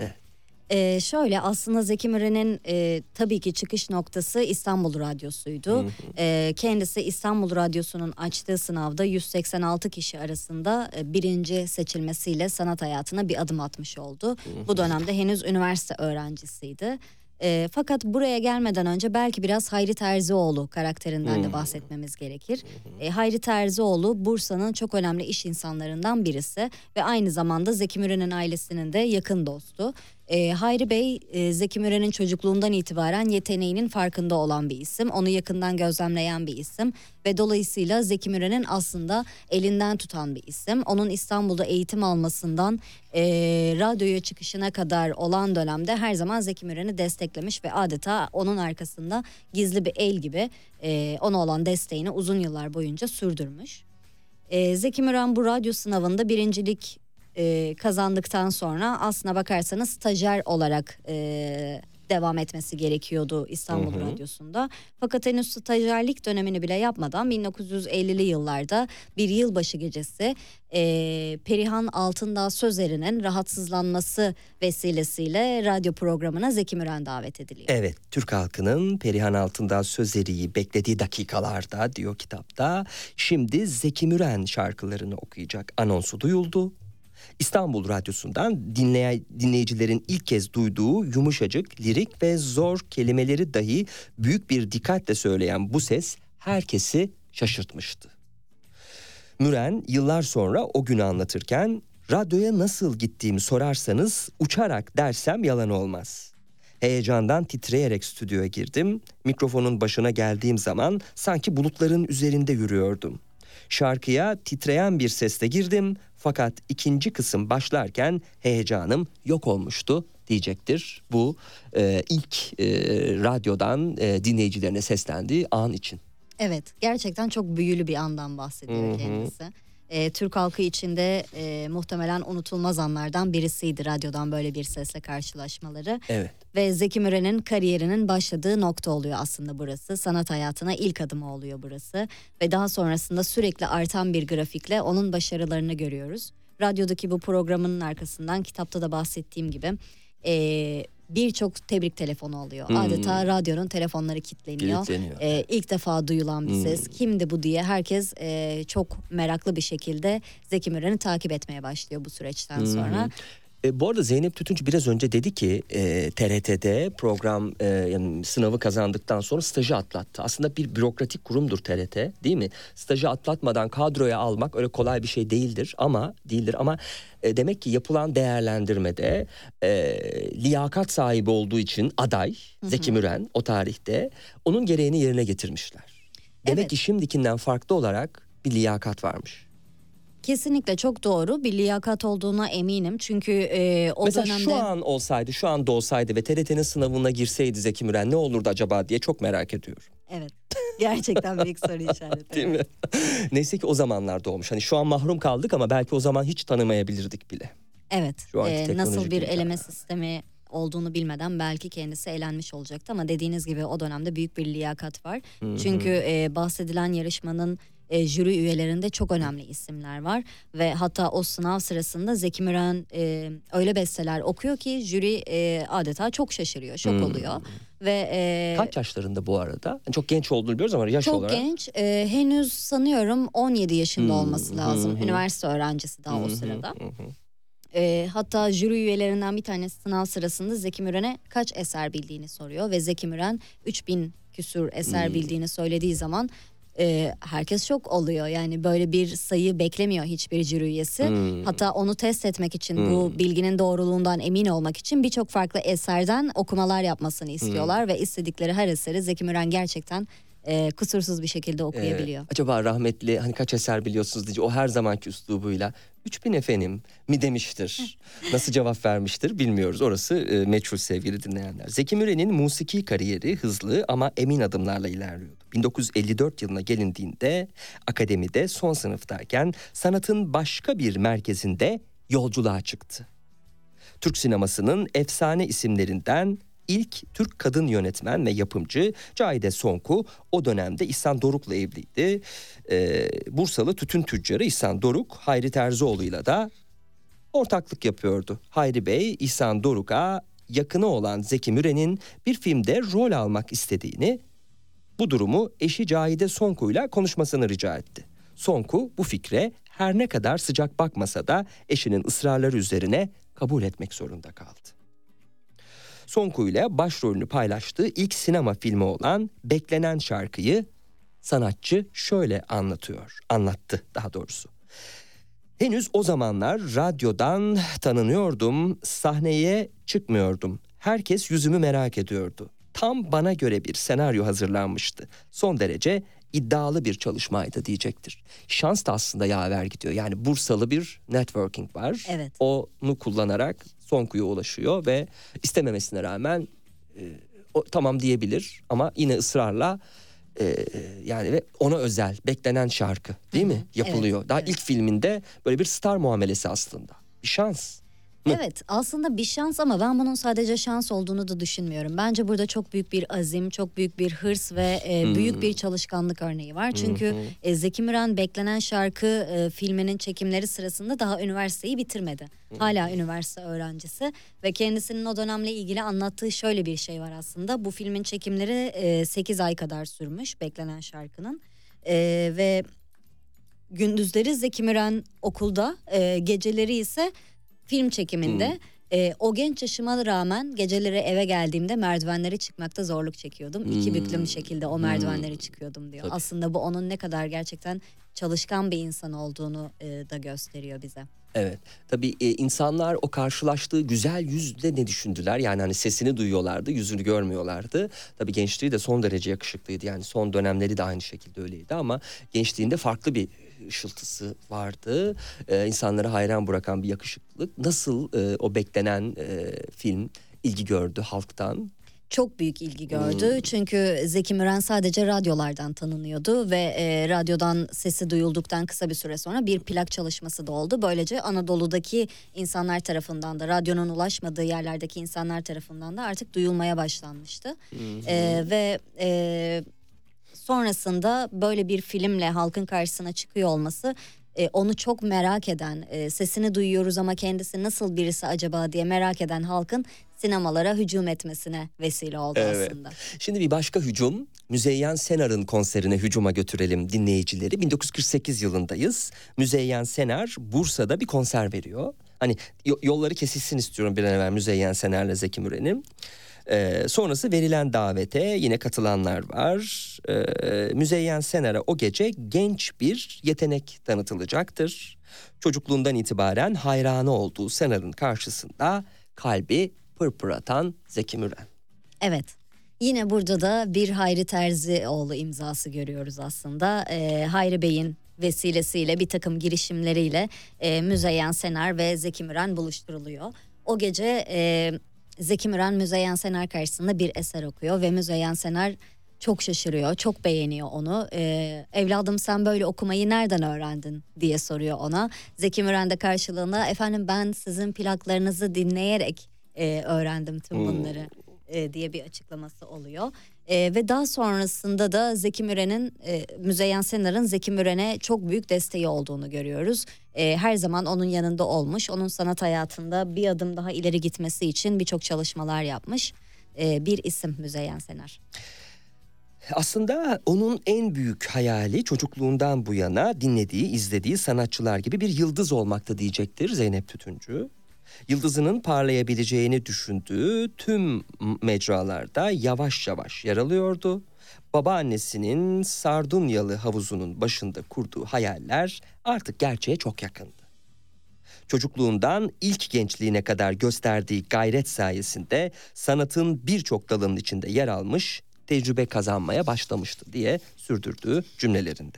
Ee, şöyle, aslında Zeki Müren'in e, tabii ki çıkış noktası İstanbul Radyosu'ydu. Hı hı. E, kendisi İstanbul Radyosu'nun açtığı sınavda yüz seksen altı kişi arasında e, birinci seçilmesiyle sanat hayatına bir adım atmış oldu. Hı hı. Bu dönemde henüz üniversite öğrencisiydi. E, fakat buraya gelmeden önce belki biraz Hayri Terzioğlu karakterinden hmm. de bahsetmemiz gerekir. E, Hayri Terzioğlu Bursa'nın çok önemli iş insanlarından birisi ve aynı zamanda Zeki Müren'in ailesinin de yakın dostu. E, Hayri Bey, e, Zeki Müren'in çocukluğundan itibaren yeteneğinin farkında olan bir isim. Onu yakından gözlemleyen bir isim ve dolayısıyla Zeki Müren'in aslında elinden tutan bir isim. Onun İstanbul'da eğitim almasından e, radyoya çıkışına kadar olan dönemde her zaman Zeki Müren'i desteklemiş ve adeta onun arkasında gizli bir el gibi e, ona olan desteğini uzun yıllar boyunca sürdürmüş. E, Zeki Müren bu radyo sınavında birincilik Ee, kazandıktan sonra aslına bakarsanız stajyer olarak e, devam etmesi gerekiyordu İstanbul hı hı. Radyosu'nda. Fakat henüz stajyerlik dönemini bile yapmadan bin dokuz yüz ellili yıllarda bir yılbaşı gecesi e, Perihan Altındağ Sözer'in rahatsızlanması vesilesiyle radyo programına Zeki Müren davet ediliyor. Evet, Türk halkının Perihan Altındağ Sözer'i beklediği dakikalarda diyor kitapta, şimdi Zeki Müren şarkılarını okuyacak anonsu duyuldu. İstanbul Radyosu'ndan dinley- dinleyicilerin ilk kez duyduğu yumuşacık, lirik ve zor kelimeleri dahi büyük bir dikkatle söyleyen bu ses herkesi şaşırtmıştı. Müren yıllar sonra o günü anlatırken, radyoya nasıl gittiğimi sorarsanız uçarak dersem yalan olmaz. Heyecandan titreyerek stüdyoya girdim. Mikrofonun başına geldiğim zaman sanki bulutların üzerinde yürüyordum. Şarkıya titreyen bir sesle girdim fakat ikinci kısım başlarken heyecanım yok olmuştu diyecektir bu e, ilk e, radyodan e, dinleyicilerine seslendiği an için. Evet, gerçekten çok büyülü bir andan bahsediyor Hı-hı. kendisi. E, Türk halkı içinde e, muhtemelen unutulmaz anlardan birisiydi radyodan böyle bir sesle karşılaşmaları. Evet. Ve Zeki Müren'in kariyerinin başladığı nokta oluyor aslında burası. Sanat hayatına ilk adımı oluyor burası. Ve daha sonrasında sürekli artan bir grafikle onun başarılarını görüyoruz. Radyodaki bu programının arkasından kitapta da bahsettiğim gibi e, birçok tebrik telefonu oluyor. Hmm. Adeta radyonun telefonları kilitleniyor. E, ilk defa duyulan bir hmm. ses. Kimdi bu diye herkes e, çok meraklı bir şekilde Zeki Müren'i takip etmeye başlıyor bu süreçten hmm. sonra. E, bu arada Zeynep Tütüncü biraz önce dedi ki e, T R T'de program e, yani sınavı kazandıktan sonra stajı atlattı. Aslında bir bürokratik kurumdur T R T, değil mi? Stajı atlatmadan kadroya almak öyle kolay bir şey değildir ama değildir ama e, demek ki yapılan değerlendirmede e, liyakat sahibi olduğu için aday hı hı. Zeki Müren o tarihte onun gereğini yerine getirmişler. Demek evet. ki şimdikinden farklı olarak bir liyakat varmış. Kesinlikle çok doğru, bir liyakat olduğuna eminim çünkü e, o mesela dönemde... şu an olsaydı, şu anda olsaydı ve T R T'nin sınavına girseydi Zeki Müren ne olurdu acaba diye çok merak ediyorum. Evet, gerçekten büyük soru işareti. Değil mi? Neyse ki o zamanlar doğmuş. Hani şu an mahrum kaldık ama belki o zaman hiç tanımayabilirdik bile. Evet, e, nasıl bir eleme sistemi olduğunu bilmeden belki kendisi elenmiş olacaktı ama dediğiniz gibi o dönemde büyük bir liyakat var. Hı-hı. Çünkü e, bahsedilen yarışmanın E, jüri üyelerinde çok önemli isimler var ve hatta o sınav sırasında Zeki Müren e, öyle besteler okuyor ki jüri e, adeta çok şaşırıyor, şok hmm. oluyor. Ve e, kaç yaşlarında bu arada? Çok genç olduğunu biliyoruz ama yaş çok olarak. Çok genç, e, henüz sanıyorum on yedi yaşında hmm. olması lazım. Hmm. Üniversite öğrencisi daha hmm. o sırada. Hmm. E, hatta jüri üyelerinden bir tanesi sınav sırasında Zeki Müren'e kaç eser bildiğini soruyor ve Zeki Müren üç bin küsur eser hmm. bildiğini söylediği zaman Ee, herkes şok oluyor. Yani böyle bir sayı beklemiyor hiçbir jüri üyesi. Hmm. Hatta onu test etmek için hmm. bu bilginin doğruluğundan emin olmak için birçok farklı eserden okumalar yapmasını istiyorlar hmm. ve istedikleri her eseri Zeki Müren gerçekten e, kusursuz bir şekilde okuyabiliyor. Ee, acaba rahmetli hani kaç eser biliyorsunuz diye o her zamanki üslubuyla üç bin efendim mi demiştir? Nasıl cevap vermiştir bilmiyoruz. Orası e, meçhul sevgili dinleyenler. Zeki Müren'in musiki kariyeri hızlı ama emin adımlarla ilerliyordu. bin dokuz yüz elli dört yılına gelindiğinde akademide son sınıftayken sanatın başka bir merkezinde yolculuğa çıktı. Türk sinemasının efsane isimlerinden ilk Türk kadın yönetmen ve yapımcı Cahide Sonku o dönemde İhsan Doruk'la evliydi. Ee, Bursalı tütün tüccarı İhsan Doruk, Hayri Terzioğlu'yla da ortaklık yapıyordu. Hayri Bey, İhsan Doruk'a yakını olan Zeki Müren'in bir filmde rol almak istediğini, bu durumu eşi Cahide Sonku'yla konuşmasını rica etti. Sonku bu fikre her ne kadar sıcak bakmasa da eşinin ısrarları üzerine kabul etmek zorunda kaldı. Sonku ile başrolünü paylaştığı ilk sinema filmi olan Beklenen Şarkıyı sanatçı şöyle anlatıyor, anlattı daha doğrusu. Henüz o zamanlar radyodan tanınıyordum, sahneye çıkmıyordum. Herkes yüzümü merak ediyordu. Tam bana göre bir senaryo hazırlanmıştı. Son derece iddialı bir çalışmaydı diyecektir. Şans da aslında yaver gidiyor. Yani Bursalı bir networking var. Evet. Onu kullanarak Sonku'ya ulaşıyor ve istememesine rağmen e, o, tamam diyebilir ama yine ısrarla e, yani ve ona özel Beklenen Şarkı değil mi yapılıyor. Evet, Daha evet. ilk filminde böyle bir star muamelesi aslında. Bir şans. Evet, aslında bir şans ama ben bunun sadece şans olduğunu da düşünmüyorum. Bence burada çok büyük bir azim, çok büyük bir hırs ve e, hmm. büyük bir çalışkanlık örneği var. Çünkü hmm. e, Zeki Müren Beklenen Şarkı e, filminin çekimleri sırasında daha üniversiteyi bitirmedi. Hmm. Hala üniversite öğrencisi ve kendisinin o dönemle ilgili anlattığı şöyle bir şey var aslında. Bu filmin çekimleri e, sekiz ay kadar sürmüş Beklenen Şarkı'nın e, ve gündüzleri Zeki Müren okulda, e, geceleri ise film çekiminde. Hmm. E, o genç yaşıma rağmen geceleri eve geldiğimde merdivenleri çıkmakta zorluk çekiyordum. Hmm. İki büklüm şekilde o merdivenleri hmm. çıkıyordum diyor. Tabii. Aslında bu onun ne kadar gerçekten çalışkan bir insan olduğunu e, da gösteriyor bize. Evet. Tabii e, insanlar o karşılaştığı güzel yüzle ne düşündüler? Yani hani sesini duyuyorlardı, yüzünü görmüyorlardı. Tabii gençliği de son derece yakışıklıydı. Yani son dönemleri de aynı şekilde öyleydi ama gençliğinde farklı bir ışıltısı vardı. Ee, insanları hayran bırakan bir yakışıklılık. Nasıl e, o beklenen e, film ilgi gördü halktan? Çok büyük ilgi gördü. Hmm. Çünkü Zeki Müren sadece radyolardan tanınıyordu ve e, radyodan sesi duyulduktan kısa bir süre sonra bir plak çalışması da oldu. Böylece Anadolu'daki insanlar tarafından da, radyonun ulaşmadığı yerlerdeki insanlar tarafından da artık duyulmaya başlanmıştı. Hmm. E, ve e, sonrasında böyle bir filmle halkın karşısına çıkıyor olması, e, onu çok merak eden, e, sesini duyuyoruz ama kendisi nasıl birisi acaba diye merak eden halkın sinemalara hücum etmesine vesile oldu evet. aslında. Şimdi bir başka hücum, Müzeyyen Senar'ın konserine hücuma götürelim dinleyicileri. bin dokuz yüz kırk sekiz yılındayız. Müzeyyen Senar Bursa'da bir konser veriyor. Hani yolları kesilsin istiyorum bir an evvel Müzeyyen Senar'la Zeki Müren'in. Ee, sonrası verilen davete yine katılanlar var. Ee, Müzeyyen Senar'a o gece genç bir yetenek tanıtılacaktır. Çocukluğundan itibaren hayranı olduğu Senar'ın karşısında kalbi pırpır atan Zeki Müren. Evet. Yine burada da bir Hayri Terzioğlu imzası görüyoruz aslında. Ee, Hayri Bey'in vesilesiyle bir takım girişimleriyle e, Müzeyyen Senar ve Zeki Müren buluşturuluyor. O gece e, Zeki Müren Müzeyyen Senar karşısında bir eser okuyor ve Müzeyyen Senar çok şaşırıyor, çok beğeniyor onu. Ee, evladım sen böyle okumayı nereden öğrendin diye soruyor ona. Zeki Müren de karşılığında efendim ben sizin plaklarınızı dinleyerek e, öğrendim tüm bunları e, diye bir açıklaması oluyor. E, ve daha sonrasında da Zeki Müren'in, e, Müzeyyen Senar'ın Zeki Müren'e çok büyük desteği olduğunu görüyoruz. E, her zaman onun yanında olmuş, onun sanat hayatında bir adım daha ileri gitmesi için birçok çalışmalar yapmış e, bir isim Müzeyyen Senar. Aslında onun en büyük hayali çocukluğundan bu yana dinlediği, izlediği sanatçılar gibi bir yıldız olmakta diyecektir Zeynep Tütüncü. Yıldızının parlayabileceğini düşündüğü tüm mecralarda yavaş yavaş yer alıyordu. Babaannesinin Sardunyalı havuzunun başında kurduğu hayaller artık gerçeğe çok yakındı. Çocukluğundan ilk gençliğine kadar gösterdiği gayret sayesinde sanatın birçok dalının içinde yer almış, tecrübe kazanmaya başlamıştı diye sürdürdüğü cümlelerinde.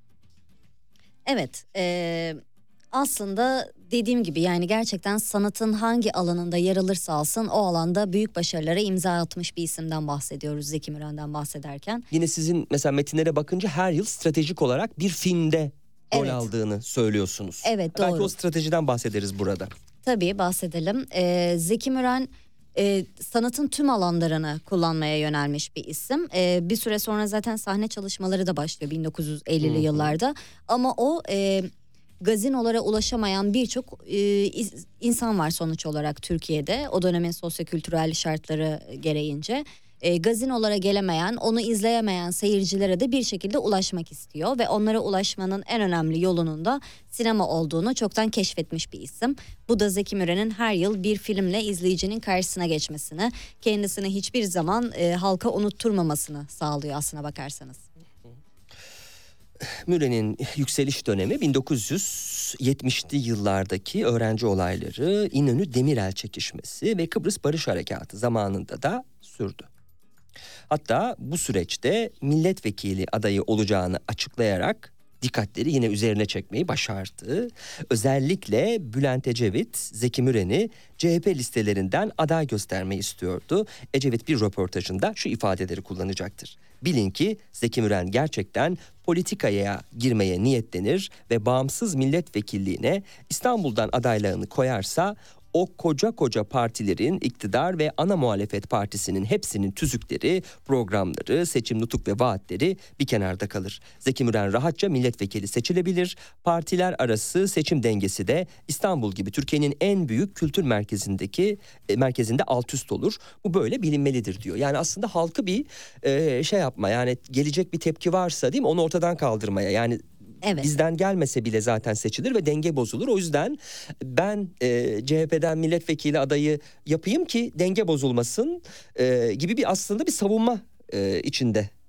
Evet, e, aslında dediğim gibi yani gerçekten sanatın hangi alanında yer alırsa alsın o alanda büyük başarılara imza atmış bir isimden bahsediyoruz Zeki Müren'den bahsederken. Yine sizin mesela metinlere bakınca her yıl stratejik olarak bir filmde rol evet. aldığını söylüyorsunuz. Evet, doğru. Belki o stratejiden bahsederiz burada. Tabii bahsedelim. Ee, Zeki Müren e, sanatın tüm alanlarını kullanmaya yönelmiş bir isim. Ee, bir süre sonra zaten sahne çalışmaları da başlıyor bin dokuz yüz ellili Hı-hı. yıllarda. Ama o e, gazinolara ulaşamayan birçok e, insan var sonuç olarak Türkiye'de. O dönemin sosyokültürel şartları gereğince. E, gazinolara gelemeyen, onu izleyemeyen seyircilere de bir şekilde ulaşmak istiyor ve onlara ulaşmanın en önemli yolunun da sinema olduğunu çoktan keşfetmiş bir isim. Bu da Zeki Müren'in her yıl bir filmle izleyicinin karşısına geçmesini, kendisini hiçbir zaman e, halka unutturmamasını sağlıyor aslına bakarsanız. Müren'in yükseliş dönemi bin dokuz yüz yetmişli yıllardaki öğrenci olayları, İnönü Demirel çekişmesi ve Kıbrıs Barış Harekatı zamanında da sürdü. Hatta bu süreçte milletvekili adayı olacağını açıklayarak dikkatleri yine üzerine çekmeyi başardı. Özellikle Bülent Ecevit, Zeki Müren'i C H P listelerinden aday göstermeyi istiyordu. Ecevit bir röportajında şu ifadeleri kullanacaktır. Bilin ki Zeki Müren gerçekten politikaya girmeye niyetlenir ve bağımsız milletvekilliğine İstanbul'dan adaylığını koyarsa o koca koca partilerin iktidar ve ana muhalefet partisinin hepsinin tüzükleri, programları, seçim nutuk ve vaatleri bir kenarda kalır. Zeki Müren rahatça milletvekili seçilebilir. Partiler arası seçim dengesi de İstanbul gibi Türkiye'nin en büyük kültür merkezindeki e, merkezinde alt üst olur. Bu böyle bilinmelidir diyor. Yani aslında halkı bir e, şey yapma, yani gelecek bir tepki varsa değil mi, onu ortadan kaldırmaya, yani evet. bizden gelmese bile zaten seçilir ve denge bozulur. O yüzden ben e, C H P'den milletvekili adayı yapayım ki denge bozulmasın e, gibi bir aslında bir savunma e, içinde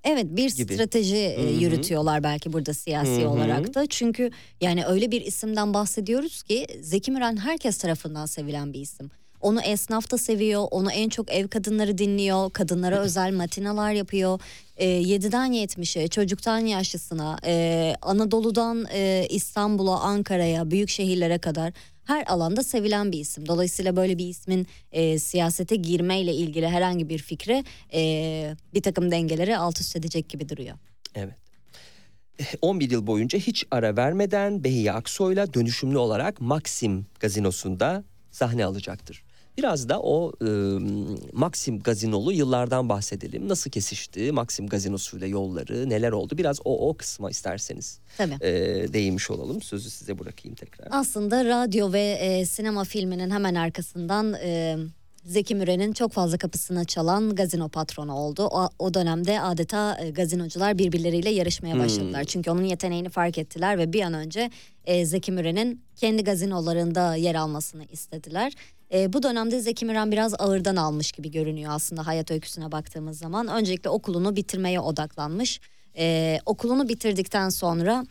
Evet, bir gibi. strateji e, Hı hı. yürütüyorlar belki burada siyasi Hı hı. olarak da. Çünkü yani öyle bir isimden bahsediyoruz ki Zeki Müren herkes tarafından sevilen bir isim. Onu esnaf da seviyor, onu en çok ev kadınları dinliyor, kadınlara özel matinalar yapıyor. E, yediden yetmişe, çocuktan yaşlısına, e, Anadolu'dan e, İstanbul'a, Ankara'ya, büyük şehirlere kadar her alanda sevilen bir isim. Dolayısıyla böyle bir ismin e, siyasete girmeyle ilgili herhangi bir fikri e, bir takım dengeleri alt üst edecek gibi duruyor. Evet. on bir yıl boyunca hiç ara vermeden Behiye Aksoy'la dönüşümlü olarak Maxim Gazinosu'nda sahne alacaktır. Biraz da o e, Maxim Gazinolu yıllardan bahsedelim. Nasıl kesişti Maxim Gazinosu'yla yolları, neler oldu? Biraz o o kısma isterseniz Tabii. e, değinmiş olalım. Sözü size bırakayım tekrar. Aslında radyo ve e, sinema filminin hemen arkasından e, Zeki Müren'in çok fazla kapısına çalan gazino patronu oldu. O, o dönemde adeta e, gazinocular birbirleriyle yarışmaya başladılar. Hmm. Çünkü onun yeteneğini fark ettiler ve bir an önce e, Zeki Müren'in kendi gazinolarında yer almasını istediler. E, bu dönemde Zeki Müren biraz ağırdan almış gibi görünüyor aslında hayat öyküsüne baktığımız zaman. Öncelikle okulunu bitirmeye odaklanmış. E, okulunu bitirdikten sonra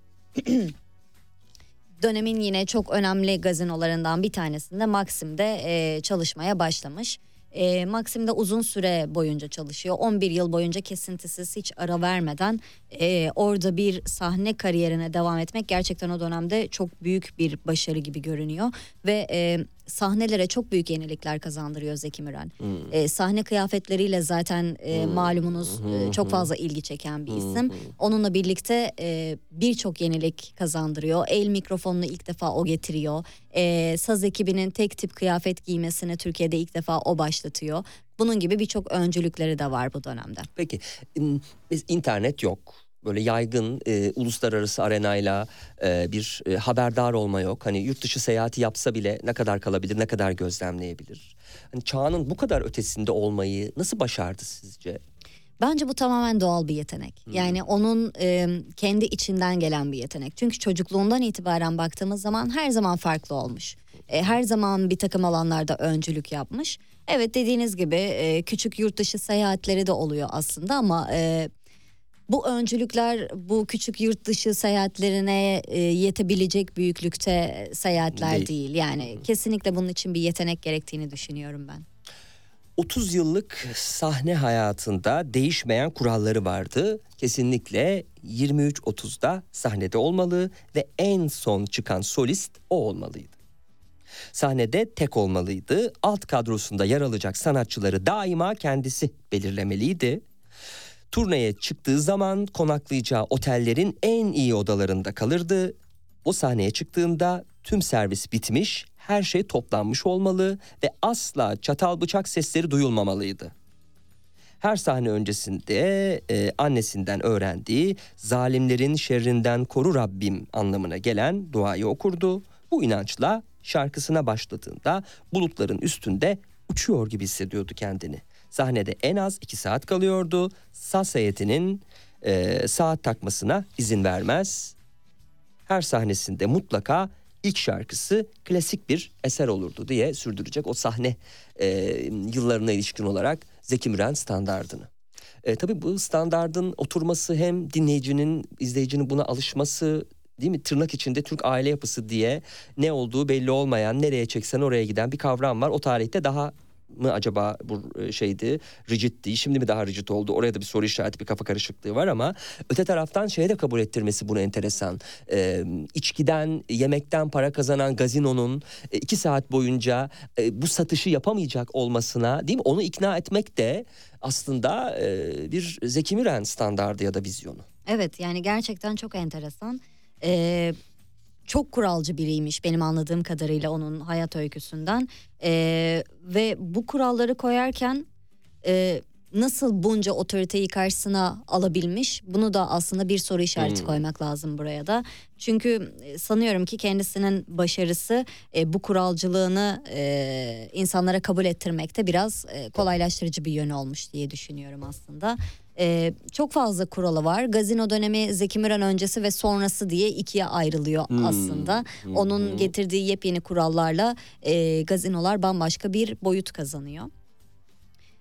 dönemin yine çok önemli gazinolarından bir tanesinde Maxim'de e, çalışmaya başlamış. E, Maxim'de uzun süre boyunca çalışıyor. on bir yıl boyunca kesintisiz, hiç ara vermeden e, orada bir sahne kariyerine devam etmek gerçekten o dönemde çok büyük bir başarı gibi görünüyor. Ve e, sahnelere çok büyük yenilikler kazandırıyor Zeki Müren. Hmm. E, sahne kıyafetleriyle zaten e, malumunuz e, çok fazla ilgi çeken bir isim. Onunla birlikte e, birçok yenilik kazandırıyor. El mikrofonunu ilk defa o getiriyor. E, saz ekibinin tek tip kıyafet giymesini Türkiye'de ilk defa o başlatıyor. Bunun gibi birçok öncülükleri de var bu dönemde. Peki biz internet yok. Böyle yaygın e, uluslararası arenayla e, bir e, haberdar olma yok. Hani yurt dışı seyahati yapsa bile ne kadar kalabilir, ne kadar gözlemleyebilir? Hani çağının bu kadar ötesinde olmayı nasıl başardı sizce? Bence bu tamamen doğal bir yetenek. Yani onun e, kendi içinden gelen bir yetenek. Çünkü çocukluğundan itibaren baktığımız zaman her zaman farklı olmuş. E, her zaman bir takım alanlarda öncülük yapmış. Evet, dediğiniz gibi e, küçük yurt dışı seyahatleri de oluyor aslında ama E, bu öncülükler bu küçük yurt dışı seyahatlerine e, yetebilecek büyüklükte seyahatler Değil. değil. Yani kesinlikle bunun için bir yetenek gerektiğini düşünüyorum ben. otuz yıllık sahne hayatında değişmeyen kuralları vardı. Kesinlikle yirmi üç otuzda sahnede olmalı ve en son çıkan solist o olmalıydı. Sahnede tek olmalıydı. Alt kadrosunda yer alacak sanatçıları daima kendisi belirlemeliydi. Turneye çıktığı zaman konaklayacağı otellerin en iyi odalarında kalırdı. O sahneye çıktığında tüm servis bitmiş, her şey toplanmış olmalı ve asla çatal bıçak sesleri duyulmamalıydı. Her sahne öncesinde e, annesinden öğrendiği zalimlerin şerrinden koru Rabbim anlamına gelen duayı okurdu. Bu inançla şarkısına başladığında bulutların üstünde uçuyor gibi hissediyordu kendini. Sahnede en az iki saat kalıyordu. Saz heyetinin e, saat takmasına izin vermez. Her sahnesinde mutlaka ilk şarkısı klasik bir eser olurdu diye sürdürecek o sahne e, yıllarına ilişkin olarak Zeki Müren standardını. E, tabii bu standardın oturması hem dinleyicinin, izleyicinin buna alışması, değil mi? Tırnak içinde Türk aile yapısı diye ne olduğu belli olmayan, nereye çeksen oraya giden bir kavram var. O tarihte daha mı acaba bu şeydi, rigiddi, şimdi mi daha rigid oldu? Oraya da bir soru işareti, bir kafa karışıklığı var ama öte taraftan şeye de kabul ettirmesi bunu enteresan. Ee, içkiden, yemekten para kazanan gazinonun e, iki saat boyunca e, bu satışı yapamayacak olmasına, değil mi? Onu ikna etmek de aslında e, bir Zeki Müren standardı ya da vizyonu. Evet, yani gerçekten çok enteresan. Ee, çok kuralcı biriymiş benim anladığım kadarıyla onun hayat öyküsünden. Ee, ve bu kuralları koyarken e, nasıl bunca otoriteyi karşısına alabilmiş, bunu da aslında bir soru işareti hmm. koymak lazım buraya da. Çünkü sanıyorum ki kendisinin başarısı e, bu kuralcılığını e, insanlara kabul ettirmekte biraz e, kolaylaştırıcı bir yönü olmuş diye düşünüyorum aslında. Ee, çok fazla kuralı var. Gazino dönemi Zeki Müren öncesi ve sonrası diye ikiye ayrılıyor hmm. aslında. Hmm. Onun getirdiği yepyeni kurallarla e, gazinolar bambaşka bir boyut kazanıyor.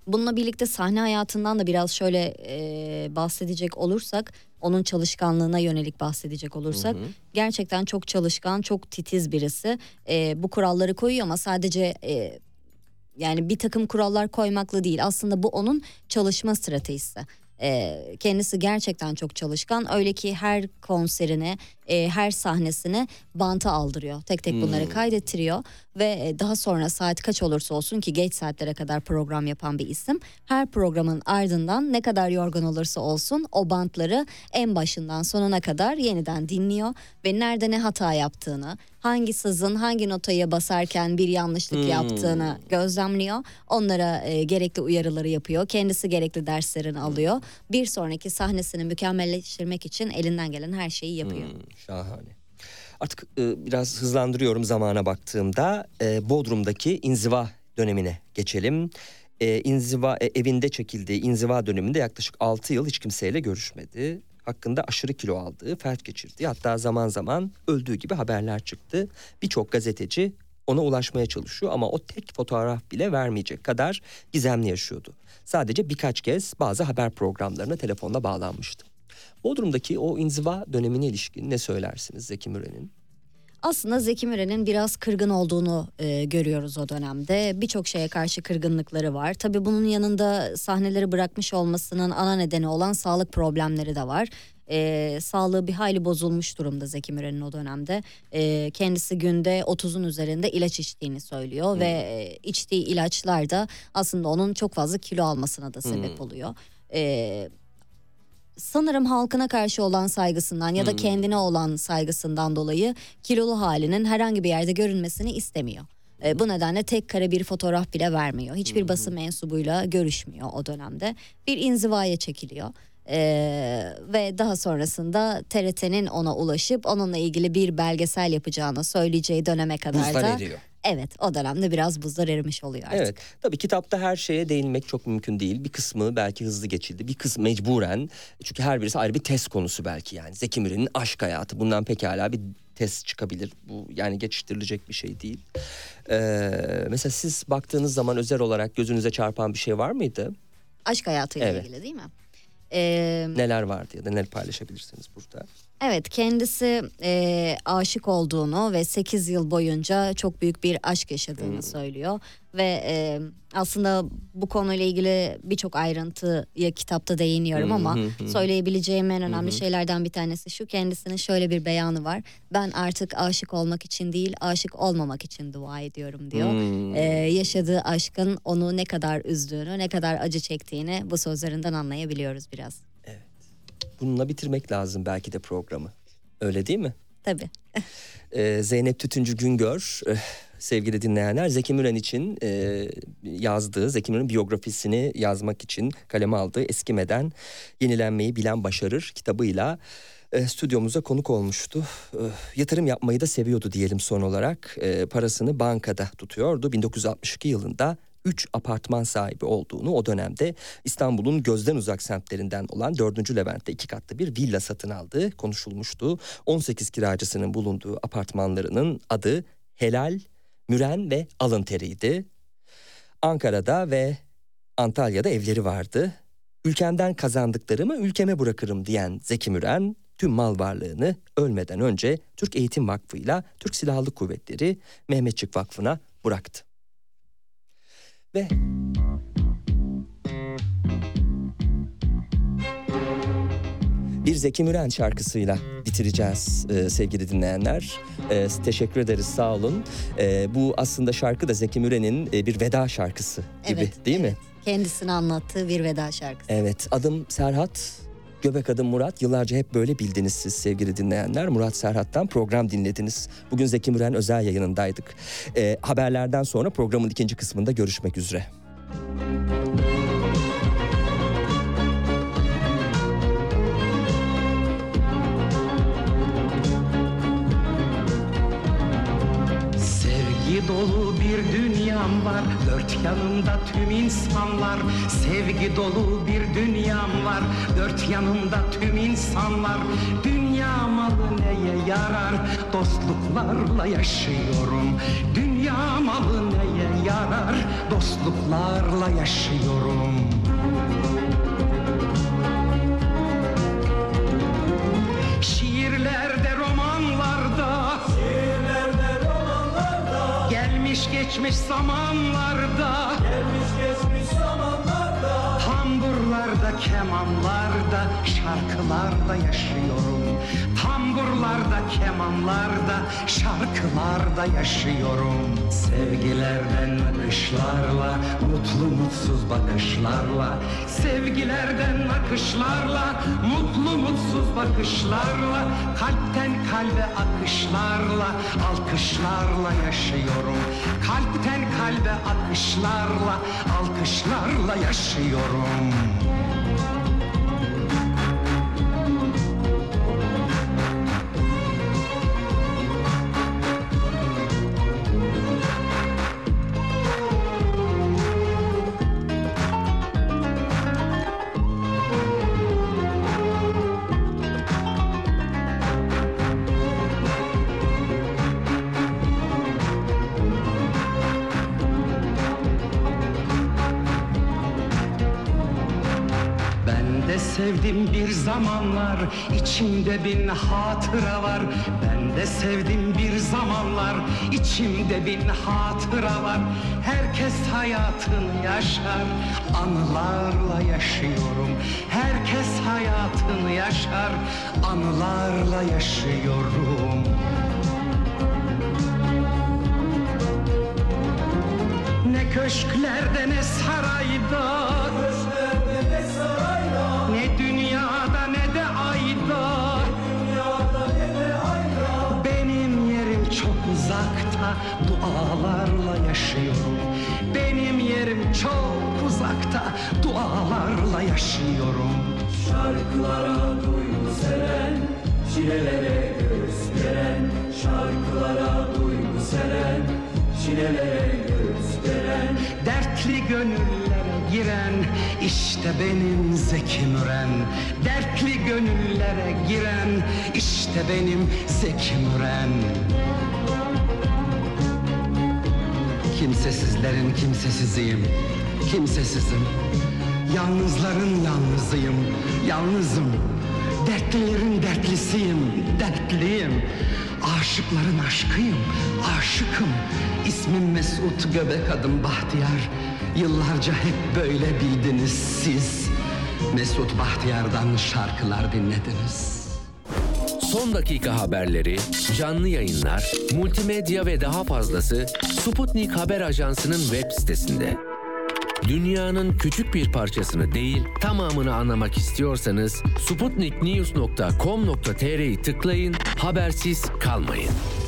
Bununla birlikte sahne hayatından da biraz şöyle e, bahsedecek olursak, onun çalışkanlığına yönelik bahsedecek olursak, hı hı. gerçekten çok çalışkan, çok titiz birisi. E, bu kuralları koyuyor ama sadece e, yani bir takım kurallar koymakla değil, aslında bu onun çalışma stratejisi. E, kendisi gerçekten çok çalışkan, öyle ki her konserine, e, her sahnesine banta aldırıyor. Tek tek bunları hmm. kaydettiriyor ve daha sonra saat kaç olursa olsun, ki geç saatlere kadar program yapan bir isim, her programın ardından ne kadar yorgun olursa olsun o bantları en başından sonuna kadar yeniden dinliyor ve nerede ne hata yaptığını, hangi sazın hangi notaya basarken bir yanlışlık hmm. yaptığını gözlemliyor. Onlara e, gerekli uyarıları yapıyor. Kendisi gerekli derslerini alıyor. Bir sonraki sahnesini mükemmelleştirmek için elinden gelen her şeyi yapıyor. Hmm, şahane. Artık e, biraz hızlandırıyorum zamana baktığımda. E, Bodrum'daki inziva dönemine geçelim. E, inziva e, evinde çekildiği inziva döneminde yaklaşık altı yıl hiç kimseyle görüşmedi. Hakkında aşırı kilo aldığı, felç geçirdiği, hatta zaman zaman öldüğü gibi haberler çıktı. Birçok gazeteci ona ulaşmaya çalışıyor ama o tek fotoğraf bile vermeyecek kadar gizemli yaşıyordu. Sadece birkaç kez bazı haber programlarına telefonla bağlanmıştı. Bodrum'daki o inziva dönemine ilişkin ne söylersiniz Zeki Müren'in? Aslında Zeki Müren'in biraz kırgın olduğunu e, görüyoruz o dönemde. Birçok şeye karşı kırgınlıkları var. Tabii bunun yanında sahneleri bırakmış olmasının ana nedeni olan sağlık problemleri de var. E, sağlığı bir hayli bozulmuş durumda Zeki Müren'in o dönemde. E, kendisi günde otuzun üzerinde ilaç içtiğini söylüyor hmm. ve e, içtiği ilaçlar da aslında onun çok fazla kilo almasına da sebep hmm. oluyor. E, sanırım halkına karşı olan saygısından ya da hmm. kendine olan saygısından dolayı kilolu halinin herhangi bir yerde görünmesini istemiyor. E, bu nedenle tek kare bir fotoğraf bile vermiyor. Hiçbir hmm. basın mensubuyla görüşmüyor o dönemde. Bir inzivaya çekiliyor. Ee, ve daha sonrasında T R T'nin ona ulaşıp onunla ilgili bir belgesel yapacağını söyleyeceği döneme kadar buzlar da eriyor. Evet, o dönemde biraz buzlar erimiş oluyor artık. Evet, tabii kitapta her şeye değinmek çok mümkün değil. Bir kısmı belki hızlı geçildi, bir kısmı mecburen. Çünkü her birisi ayrı bir test konusu belki yani. Zeki Müren'in aşk hayatı, bundan pekala bir test çıkabilir. Bu yani geçiştirilecek bir şey değil. Ee, mesela siz baktığınız zaman özel olarak gözünüze çarpan bir şey var mıydı? Aşk hayatıyla evet. ilgili değil mi? Ee, Neler vardı ya da neler paylaşabilirsiniz burada? Evet, kendisi e, aşık olduğunu ve sekiz yıl boyunca çok büyük bir aşk yaşadığını hmm. söylüyor. Ve e, aslında bu konuyla ilgili birçok ayrıntıya kitapta değiniyorum hmm. ama hmm. söyleyebileceğim en önemli hmm. şeylerden bir tanesi şu: kendisinin şöyle bir beyanı var. Ben artık aşık olmak için değil, aşık olmamak için dua ediyorum diyor. Hmm. E, yaşadığı aşkın onu ne kadar üzdüğünü, ne kadar acı çektiğini bu sözlerinden anlayabiliyoruz biraz. Bununla bitirmek lazım belki de programı. Öyle değil mi? Tabii. ee, Zeynep Tütüncü Güngör, e, sevgili dinleyenler, Zeki Müren için e, yazdığı, Zeki Müren'in biyografisini yazmak için kaleme aldığı Eskimeden Yenilenmeyi Bilen Başarır kitabıyla e, stüdyomuza konuk olmuştu. E, yatırım yapmayı da seviyordu diyelim son olarak. E, parasını bankada tutuyordu. bin dokuz yüz altmış iki yılında üç apartman sahibi olduğunu, o dönemde İstanbul'un gözden uzak semtlerinden olan dördüncü Levent'te iki katlı bir villa satın aldığı konuşulmuştu. on sekiz kiracısının bulunduğu apartmanlarının adı Helal, Müren ve Alın Teri'ydi. Ankara'da ve Antalya'da evleri vardı. Ülkemden kazandıklarımı ülkeme bırakırım diyen Zeki Müren tüm mal varlığını ölmeden önce Türk Eğitim Vakfı'yla Türk Silahlı Kuvvetleri Mehmetçik Vakfı'na bıraktı. Ve bir Zeki Müren şarkısıyla bitireceğiz e, sevgili dinleyenler. E, teşekkür ederiz, sağ olun. E, bu aslında şarkı da Zeki Müren'in e, bir veda şarkısı gibi, evet, değil evet. mi? Kendisini anlattığı bir veda şarkısı. Evet, adım Serhat. Göbek adım Murat. Yıllarca hep böyle bildiniz siz sevgili dinleyenler. Murat Serhat'tan program dinlediniz. Bugün Zeki Müren özel yayınındaydık. E, haberlerden sonra programın ikinci kısmında görüşmek üzere. Sevgi dolu bir dünyam var, dört yanımda tüm insanlar. Sevgi dolu bir dünyam var, dört yanımda tüm insanlar. Dünya malı neye yarar? Dostluklarla yaşıyorum. Dünya malı neye yarar? Dostluklarla yaşıyorum. Şiirlerde, romanlarda, şiirlerde, romanlarda, gelmiş geçmiş zamanlarda, gelmiş geçmiş zamanlarda, tamburlarda, kemanlarda, şarkılarda yaşıyorum. Tamburlarda, kemanlarda, şarkılarda yaşıyorum. Sevgilerden akışlarla, mutlu mutsuz bakışlarla, sevgilerden akışlarla, mutlu mutsuz bakışlarla, kalpten kalbe akışlarla, alkışlarla yaşıyorum. Kalpten kalbe akışlarla, alkışlarla yaşıyorum. Sevdim bir zamanlar, içimde bin hatıra var. Ben de sevdim bir zamanlar, içimde bin hatıra var. Herkes hayatını yaşar, anılarla yaşıyorum. Herkes hayatını yaşar, anılarla yaşıyorum. Ne köşklerde ne sarayda, ne dünyada ne de ayda, dünyada ne de ayda. Benim yerim çok uzakta, dualarla yaşıyorum. Benim yerim çok uzakta, dualarla yaşıyorum. Şarkılara duygu seren, çilelere göğüs veren. Şarkılara duygu seren, çilelere göğüs veren. Dertli gönüllere giren, işte benim Zeki Müren. Dertli gönüllere giren, işte benim Zeki Müren. Kimsesizlerin kimsesiziyim, kimsesizim. Yalnızların yalnızıyım, yalnızım. Dertlilerin dertlisiyim, dertliyim. Aşıkların aşkıyım, aşıkım. İsmim Mesut, göbek adım Bahtiyar. Yıllarca hep böyle bildiniz siz. Mesut Bahtiyar'dan şarkılar dinlediniz. Son dakika haberleri, canlı yayınlar, multimedya ve daha fazlası Sputnik Haber Ajansı'nın web sitesinde. Dünyanın küçük bir parçasını değil, tamamını anlamak istiyorsanız sputniknews nokta com nokta tr'yi tıklayın, habersiz kalmayın.